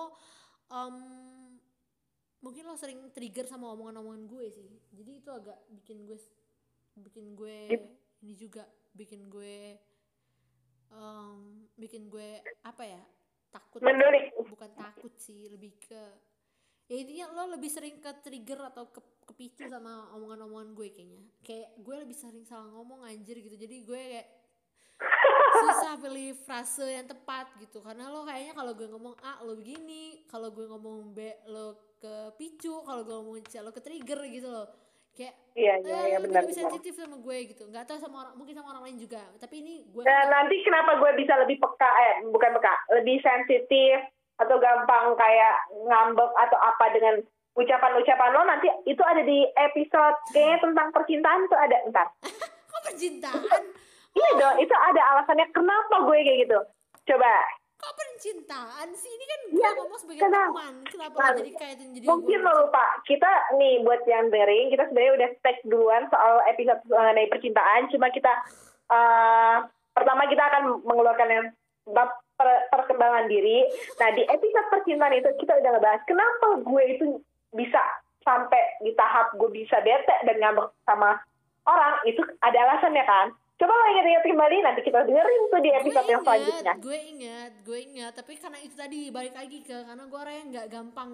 A: mungkin lo sering trigger sama omongan-omongan gue sih, jadi itu agak bikin gue ini juga bikin gue apa ya, takut. Bukan takut sih, lebih ke ya intinya lo lebih sering ke trigger atau kepicu sama omongan-omongan gue kayaknya. Kayak gue lebih sering salah ngomong anjir gitu, jadi gue kayak susah pilih frase yang tepat gitu, karena lo kayaknya kalau gue ngomong A lo begini, kalau gue ngomong B lo kepicu, kalau gue ngomong C lo ke trigger gitu lo. Kayak
B: iya,
A: lebih sensitif sama gue gitu, nggak tahu sama orang, mungkin sama orang lain juga, tapi ini gue
B: nanti kenapa gue bisa lebih peka, bukan peka, lebih sensitif atau gampang kayak ngambek atau apa dengan ucapan-ucapan lo, nanti itu ada di episode kayak tentang percintaan, itu ada ntar.
A: Kok percintaan?
B: Iya dong, itu ada alasannya kenapa gue kayak gitu. Coba.
A: Kok percintaan sih? Ini kan gue ngomong sebagai teman. Kenapa lo jadi kayak jadi
B: mungkin lo lupa. Kita nih buat yang dengerin, kita sebenarnya udah tag duluan soal episode mengenai percintaan. Cuma kita pertama kita akan mengeluarkan yang bab perkembangan diri. Nah di episode percintaan itu kita udah ngebahas kenapa gue itu bisa sampai di tahap gue bisa bete dan ngambek sama orang. Itu ada alasannya kan. Coba lo ingat-ingat kembali, nanti kita dengerin tuh di episode yang selanjutnya.
A: Gue ingat, tapi karena itu tadi balik lagi ke, karena gue orangnya nggak gampang.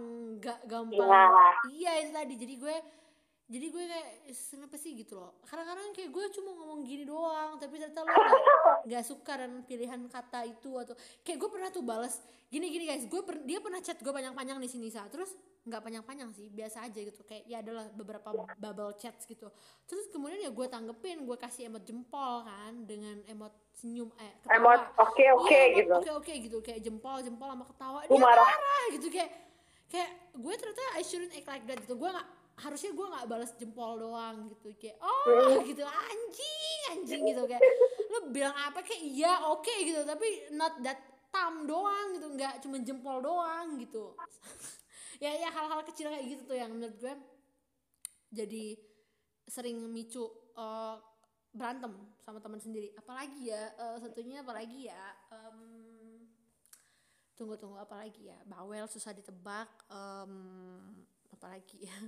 A: Iya itu tadi, jadi gue kayak kenapa sih gitu loh. Kadang-kadang kayak gue cuma ngomong gini doang, tapi ternyata lo nggak suka dan pilihan kata itu, atau kayak gue pernah tuh balas gini guys, dia pernah chat gue panjang-panjang di sini terus nggak panjang-panjang sih, biasa aja gitu, kayak ya adalah beberapa bubble chats gitu. Terus kemudian ya gue tanggepin, gue kasih emot jempol kan, dengan emot senyum, ketawa.
B: Emot oke
A: gitu, kayak jempol sama ketawa. Dia marah gitu, kayak gue ternyata I shouldn't act like that gitu. Harusnya gue nggak balas jempol doang gitu, kayak gitu, anjing gitu, kayak lo bilang apa kayak iya oke gitu, tapi not that thumb doang gitu, nggak cuma jempol doang gitu. ya hal-hal kecil kayak gitu tuh yang menurut gue jadi sering memicu berantem sama teman sendiri. Apalagi ya satunya apalagi ya, tunggu apalagi ya, bawel susah ditebak, apalagi ya.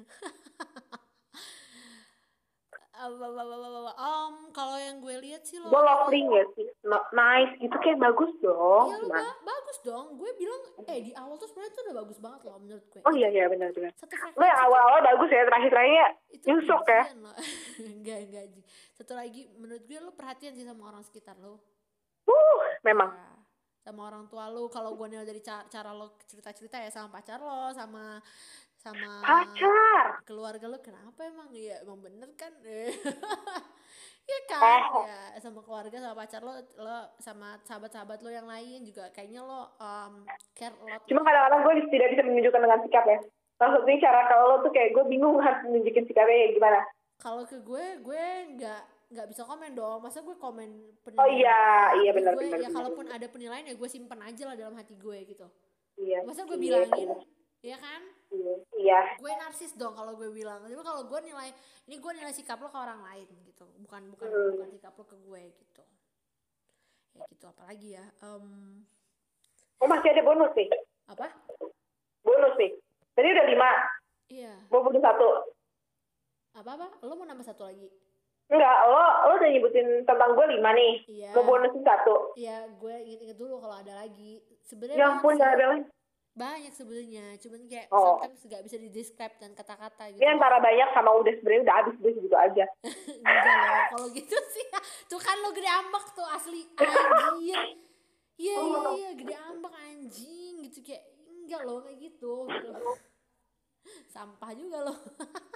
A: Kalau yang gue lihat sih lo
B: lovely ya sih, nice gitu, kayak bagus dong.
A: Iya bagus dong, gue bilang di awal tuh sebenarnya tuh udah bagus banget loh menurut gue.
B: Oh iya benar. Lo yang awal bagus ya, terakhirnya nyusuk ya.
A: Enggak. Satu lagi menurut gue, lo perhatian sih sama orang sekitar lo.
B: Memang.
A: Ya, sama orang tua lo. Kalau gue nilai dari cara lo cerita ya, sama pacar lo, sama
B: pacar,
A: keluarga lo, kenapa emang? Ya emang bener kan. Ya kan, ya sama keluarga, sama pacar lo sama sahabat-sahabat lo yang lain juga kayaknya lo care a lot.
B: Cuma kadang-kadang gue tidak bisa menunjukkan dengan sikap ya. Maksudnya cara kalau lo tuh kayak gue bingung harus menunjukin sikapnya gimana.
A: Kalau ke gue nggak bisa komen dong, masa gue komen penilaian.
B: Oh iya benar.
A: Ya kalaupun ada penilaian ya gue simpen aja lah dalam hati gue gitu.
B: Iya.
A: Masa gue bilangin, ya kan?
B: Iya.
A: Gue narsis dong kalau gue bilang. Tapi kalau gue nilai, ini gue nilai sikap lo ke orang lain gitu, bukan sikap lo ke gue gitu. Ya gitu, apalagi ya.
B: Oh masih ada bonus nih.
A: Apa?
B: Bonus nih. Tadi udah 5.
A: Iya.
B: Mau bonus 1.
A: Apa? Lo mau nambah 1 lagi?
B: Enggak, lo udah nyebutin tentang gue 5 nih.
A: Iya.
B: Mau bonusin 1.
A: Iya, gue inget dulu kalau ada lagi. Sebenarnya
B: ya ampun, gak ada lagi.
A: Banyak sebenarnya, cuman kayak sometimes gak bisa di-describe dan kata-kata gitu.
B: Ini antara banyak sama udah sebenarnya udah habis gitu aja.
A: Enggak loh, kalau gitu sih. Tuh kan lo gede ambek tuh asli anjir. Iya, gede ambek anjing gitu kayak enggak loh kayak gitu. Sampah juga loh.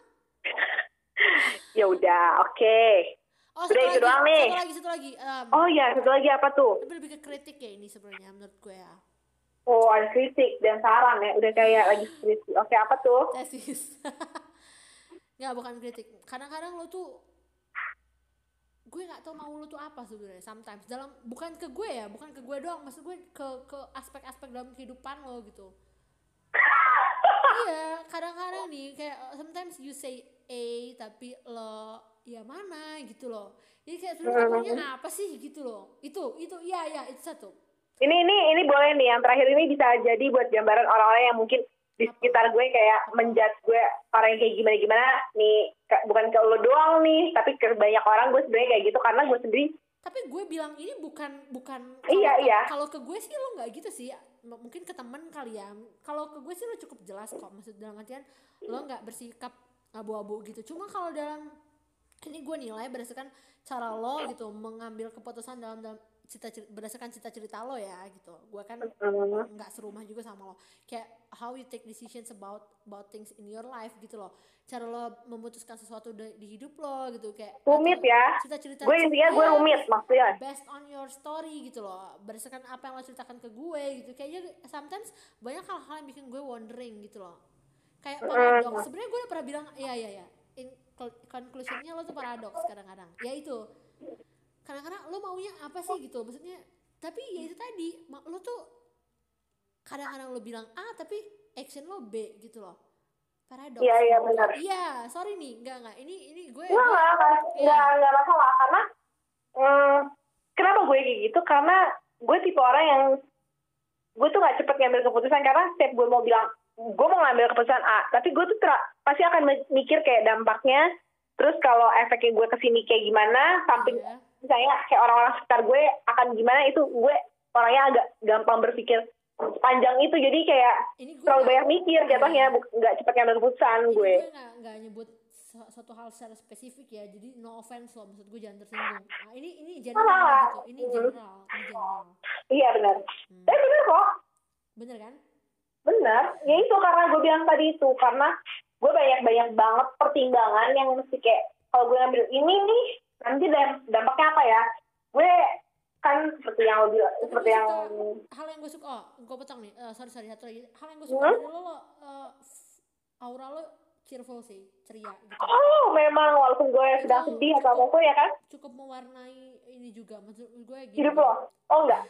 B: Ya udah, oke.
A: Oh,
B: udah itu doang nih.
A: Satu lagi.
B: Oh iya, satu lagi apa tuh?
A: Lebih ke kritik ya ini sebenarnya menurut gue ya.
B: Oh, ada kritik dan saran ya. Udah kayak lagi kritik. Oke, apa tuh?
A: Tesis. Nggak, bukan kritik. Kadang-kadang lo tuh, gue nggak tahu mau lo tuh apa sebenarnya. Sometimes bukan ke gue doang. Maksud gue ke aspek-aspek dalam kehidupan lo gitu. Iya, kadang-kadang nih kayak sometimes you say A tapi lo ya mana gitu loh. Jadi kayak sebenarnya apa sih gitu loh. Itu iya itu satu.
B: Ini boleh nih, yang terakhir ini bisa jadi buat gambaran orang-orang yang mungkin di sekitar gue kayak menjudge gue orang yang kayak gimana-gimana nih, bukan ke lo doang nih, tapi ke banyak orang gue sebenarnya kayak gitu karena gue sendiri.
A: Tapi gue bilang ini bukan
B: iya.
A: Kalau ke gue sih lo nggak gitu sih, mungkin ke temen kali ya. Kalau ke gue sih lo cukup jelas kok, maksud dalam artian lo nggak bersikap abu-abu gitu. Cuma kalau dalam ini gue nilai berdasarkan cara lo gitu mengambil keputusan dalam berdasarkan cerita lo ya gitu. Gue kan nggak serumah juga sama lo. Kayak how you take decisions about things in your life gitu loh. Cara lo memutuskan sesuatu di hidup lo gitu kayak
B: rumit ya.
A: Cerita-cerita
B: gue intinya gue rumit maksudnya.
A: Based on your story gitu loh. Berdasarkan apa yang lo ceritakan ke gue gitu. Kayaknya sometimes banyak hal-hal yang bikin gue wondering gitu loh. Kayak paradox. Sebenarnya gue udah pernah bilang iya. In conclusionnya lo tuh paradox kadang-kadang. Ya itu. Kadang-kadang lo maunya apa sih gitu, maksudnya. Tapi ya itu tadi, lo tuh kadang-kadang lo bilang A tapi action lo B gitu loh. Paradoks.
B: Iya benar.
A: Iya, sorry nih, enggak. Ini gue.
B: Enggak masalah karena kenapa gue kayak gitu? Karena gue tipe orang yang gue tuh nggak cepet ngambil keputusan karena setiap gue mau bilang gue mau ngambil keputusan A, tapi gue tuh pasti akan mikir kayak dampaknya. Terus kalau efeknya gue kesini kayak gimana, samping misalnya kayak orang-orang sekitar gue akan gimana, itu gue orangnya agak gampang berpikir sepanjang itu, jadi kayak terlalu banyak mikir jatuhnya, nggak cepet ngambil keputusan gue.
A: Gue nggak nyebut suatu hal secara spesifik ya, jadi no offense loh, maksud gue jangan tersinggung. Nah, ini general gitu, ini general.
B: Iya benar. Benar kok.
A: Bener kan?
B: Benar. Ya itu karena gue bilang tadi itu, karena gue banyak banget pertimbangan yang mesti kayak kalau gue ngambil ini nih nanti dampaknya apa ya. Gue kan seperti yang lo bilang, seperti yang
A: hal yang gue suka, gue potong nih, sorry satu lagi, hal yang gue suka dari lo aura lo cheerful sih, ceria gitu.
B: Oh memang, walaupun gue sedang sedih atau apa ya kan,
A: cukup mewarnai ini juga, maksud gue gitu.
B: Hidup lo? Oh enggak.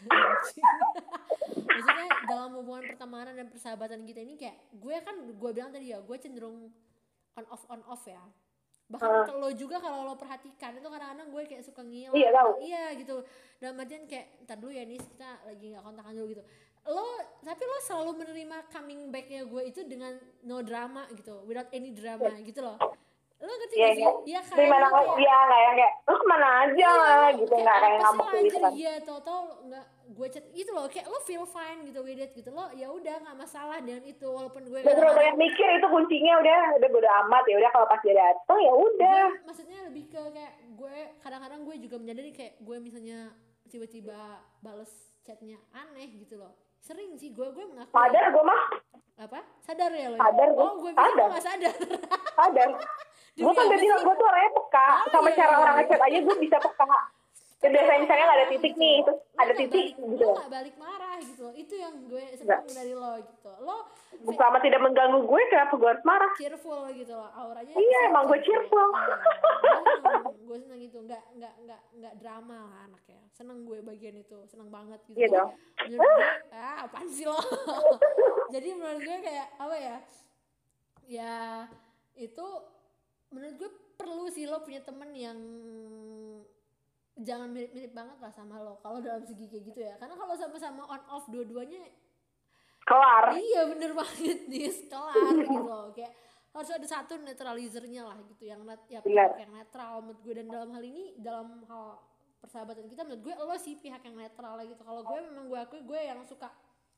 A: Maksudnya dalam hubungan pertemanan dan persahabatan kita ini kayak gue bilang tadi ya, gue cenderung on off ya. Bahkan lo juga kalau lo perhatikan itu kadang-kadang gue kayak suka ngilang.
B: Iya tahu.
A: Iya gitu. Dalam artian kayak ntar dulu ya nih kita lagi nggak kontakan dulu gitu. Tapi lo selalu menerima coming back-nya gue itu dengan no drama gitu, without any drama gitu loh. Lo ngerti gak sih? Iya kan?
B: Iya nggak yang kayak lo kemana aja gitu, nggak kayak ngambek gitu kan.
A: Iya tau nggak gue chat gitu loh, kayak lo feel fine gitu with it gitu, lo ya udah nggak masalah dengan itu, walaupun gue
B: terlalu banyak mikir itu kuncinya, udah bodo amat ya udah, kalau pas dia datang ya udah.
A: Maksudnya lebih ke kayak gue kadang-kadang gue juga menyadari kayak gue misalnya tiba-tiba bales chatnya aneh gitu loh, sering sih gue mengaku.
B: Sadar gue mah.
A: Apa? Sadar ya lo?
B: Sadar gue.
A: Oh gue pikir gue nggak sadar.
B: Sadar. Gue kan udah bilang gue tuh orangnya peka, sama cara orang ngechat aja gue bisa peka. biasanya misalnya nggak ada titik
A: gitu.
B: nih, terus ada titik gitu.
A: Lo nggak balik marah gitu loh. Itu yang gue seneng dari lo gitu. Lo
B: selama tidak mengganggu gue, kenapa gue harus marah?
A: Cheerful gitu loh, auranya.
B: Iya, emang gue cheerful.
A: Iya, gue seneng itu, nggak drama lah anaknya. Seneng gue bagian itu, seneng banget gitu.
B: Iya dong.
A: Menurut gue, apaan sih lo? Jadi menurut gue kayak apa ya? Ya itu menurut gue perlu sih lo punya temen yang jangan mirip-mirip banget lah sama lo kalau dalam segi kayak gitu ya, karena kalau sama-sama on off dua-duanya
B: kelar.
A: Iya bener banget nih, kelar gitu loh. Kayak harus ada satu neutralizernya lah gitu, yang yang netral menurut gue. Dan dalam hal ini, dalam hal persahabatan kita, menurut gue lo sih pihak yang netral lah gitu. Kalau gue memang gue akui gue yang suka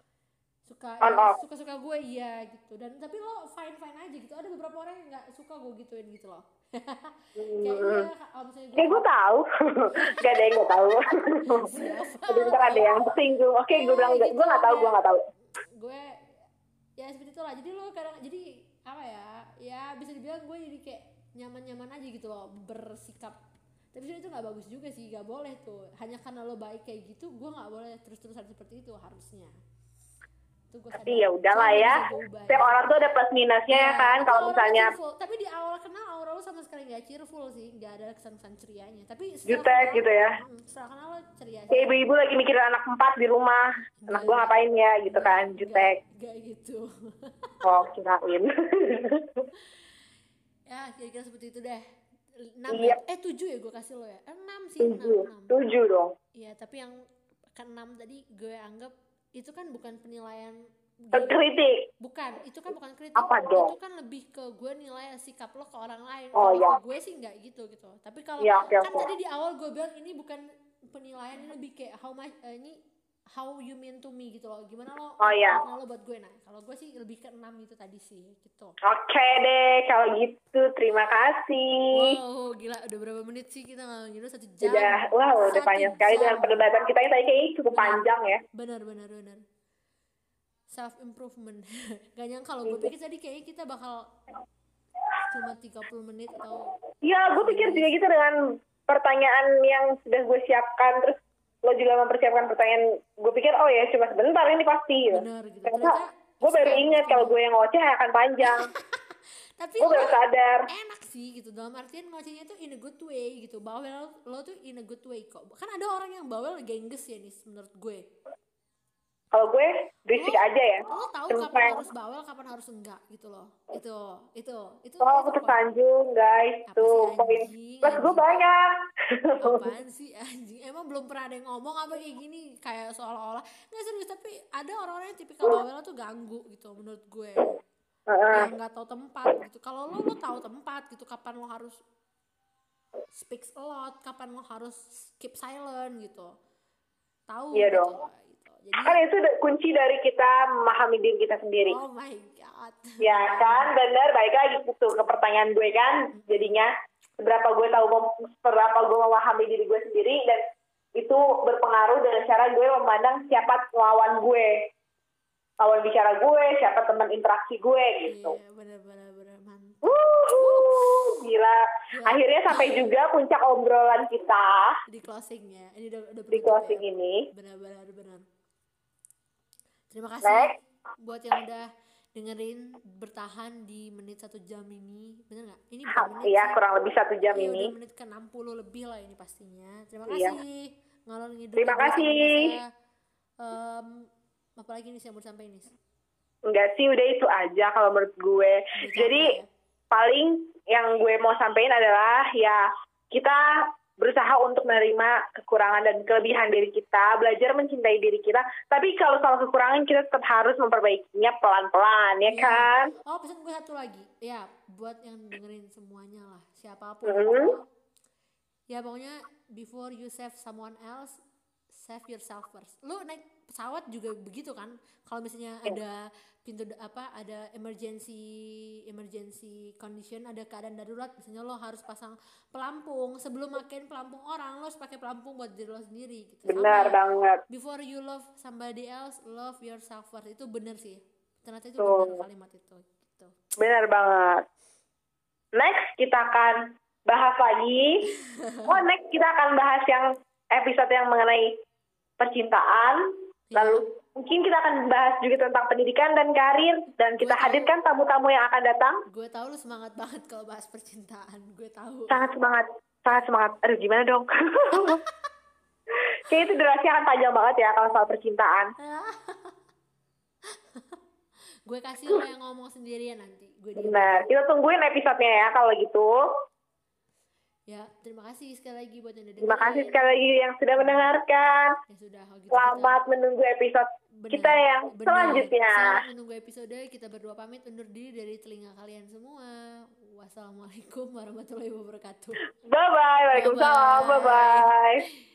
A: gue iya gitu. Dan tapi lo fine aja gitu. Ada beberapa orang yang nggak suka gue gituin gitu loh. Kayak kalau misalnya
B: gue tahu. Gak ada yang nggak tahu. Ntar ada yang tersinggung. Oke, gue bilang
A: gitu,
B: gue nggak tahu.
A: Gue ya seperti itulah. Jadi lo kadang jadi apa ya bisa dibilang gue jadi kayak nyaman aja gitu loh bersikap. Tapi sebenarnya itu nggak bagus juga sih, nggak boleh tuh. Hanya karena lo baik kayak gitu, gue nggak boleh terus-terusan seperti itu harusnya.
B: Tapi ya udahlah ya, setiap orang tuh ada plus minusnya ya kan. Kalau misalnya
A: tapi di awal kenal aura lo sama sekali nggak cheerful sih, nggak ada kesan cerianya. Tapi
B: jutek gitu ya,
A: setelah kenal lo ceria.
B: Kayak ibu-ibu lagi mikirin anak 4 di rumah, anak gue ngapain ya gitu kan, jutek.
A: Gak gitu.
B: Oh, kirain.
A: Ya kira-kira seperti itu deh. 6 7 ya gue kasih lo ya. 6 sih.
B: 7 dong.
A: Iya, tapi yang ke-6 tadi gue anggap itu kan bukan penilaian
B: kritik.
A: Bukan, itu kan bukan kritik.
B: Apa dong?
A: Itu kan lebih ke gue nilai sikap lo ke orang lain.
B: Oh,
A: kalau gue sih nggak gitu. Tapi kalau tadi di awal gue bilang ini bukan penilaian, ini lebih kayak how you mean to me gitu loh. Gimana lo kenal lo buat gue. Nah, kalau gue sih lebih ke 6 itu tadi sih gitu.
B: Oke deh, kalau gitu terima kasih.
A: Wow, gila, udah berapa menit sih kita ngomongin 1 jam.
B: Udah panjang sekali dengan perdebatan kita yang tadi kayaknya cukup panjang ya.
A: Benar. Self improvement. Gak nyangka kalau gue pikir tadi kayaknya kita bakal cuma 30 menit atau.
B: Iya, gue pikir juga gitu dengan pertanyaan yang sudah gue siapkan, terus lo juga mempersiapkan pertanyaan. Gue pikir oh ya cuma sebentar ini pasti.
A: Benar gitu.
B: Ternyata gue baru ingat kalau gue yang ngoceh akan panjang.
A: Tapi
B: gue baru sadar.
A: Enak sih gitu, dalam artian ngocehnya tuh in a good way gitu. Bawel lo tuh in a good way kok. Kan ada orang yang bawel gengges ya nih menurut gue.
B: Kalau gue berisik aja ya.
A: Lo tahu kapan harus bawel, kapan harus enggak gitu loh. Itu.
B: Oh, aku tersanjung guys. Tuh poin plus gue banyak.
A: Apaan sih anjing? Emang belum pernah ada yang ngomong apa kayak gini, kayak seolah-olah nggak serius. Tapi ada orang-orang yang tipikal bawel tuh ganggu gitu menurut gue. Yang nggak tahu tempat gitu. Kalau lo tahu tempat gitu, kapan lo harus speak a lot, kapan lo harus keep silent gitu. Tahu
B: iya
A: gitu.
B: Dong.
A: Jadi,
B: kan itu kunci dari kita memahami diri kita sendiri.
A: Oh my god.
B: Ya kan, bener. Baik lagi gitu ke pertanyaan gue kan. Jadinya seberapa gue memahami diri gue sendiri, dan itu berpengaruh dengan cara gue memandang siapa lawan gue, lawan bicara gue, siapa teman interaksi gue gitu.
A: Iya, bener mantap.
B: Gila. Akhirnya sampai juga puncak obrolan kita
A: di closingnya. Ini udah
B: di closing ya. Ini.
A: Benar. Terima kasih buat yang udah dengerin bertahan di menit 1 jam ini. Bener nggak? Ini menit.
B: Iya, kurang lebih 1 jam ini.
A: Udah menit ke 60 lebih lah ini pastinya. Terima kasih. Ngalor ngidul.
B: Terima kasih.
A: Apalagi nih yang mau disampaikan nih?
B: Enggak sih, udah itu aja kalau menurut gue. Jadi paling yang gue mau sampaikan adalah ya kita berusaha untuk menerima kekurangan dan kelebihan diri kita, belajar mencintai diri kita. Tapi kalau soal kekurangan kita tetap harus memperbaikinya pelan-pelan, ya kan?
A: Oh, pesan gue satu lagi. Ya, buat yang dengerin semuanya lah, siapapun. Ya pokoknya before you save someone else, save yourself first. Lu naik pesawat juga begitu kan? Kalau misalnya ada ada emergency condition, ada keadaan darurat, misalnya lo harus pasang pelampung. Sebelum makin pelampung orang, lo harus pakai pelampung buat diri lo sendiri gitu.
B: Benar banget.
A: Before you love somebody else, love yourself first. Itu benar sih. Ternyata itu benar kalimat itu gitu.
B: Benar banget. Next kita akan bahas lagi. Next kita akan bahas yang episode yang mengenai percintaan. Lalu mungkin kita akan bahas juga tentang pendidikan dan karir, dan kita hadirkan tamu-tamu yang akan datang.
A: Gue tahu lu semangat banget kalau bahas percintaan, gue tahu.
B: Sangat semangat. Aduh, gimana dong? Kayaknya itu durasi akan panjang banget ya kalau soal percintaan.
A: Gue kasih lo yang ngomong sendirian nanti.
B: Benar, kita tungguin episodenya ya kalau gitu.
A: Ya, terima kasih sekali lagi buat yang udah dengerin.
B: Terima kasih sekali lagi yang sudah mendengarkan.
A: Ya sudah, gitu
B: selamat menunggu episode kita yang selanjutnya.
A: Selamat menunggu episode, kita berdua pamit undur diri dari telinga kalian semua. Wassalamualaikum warahmatullahi wabarakatuh.
B: Bye-bye, waalaikumsalam, bye-bye.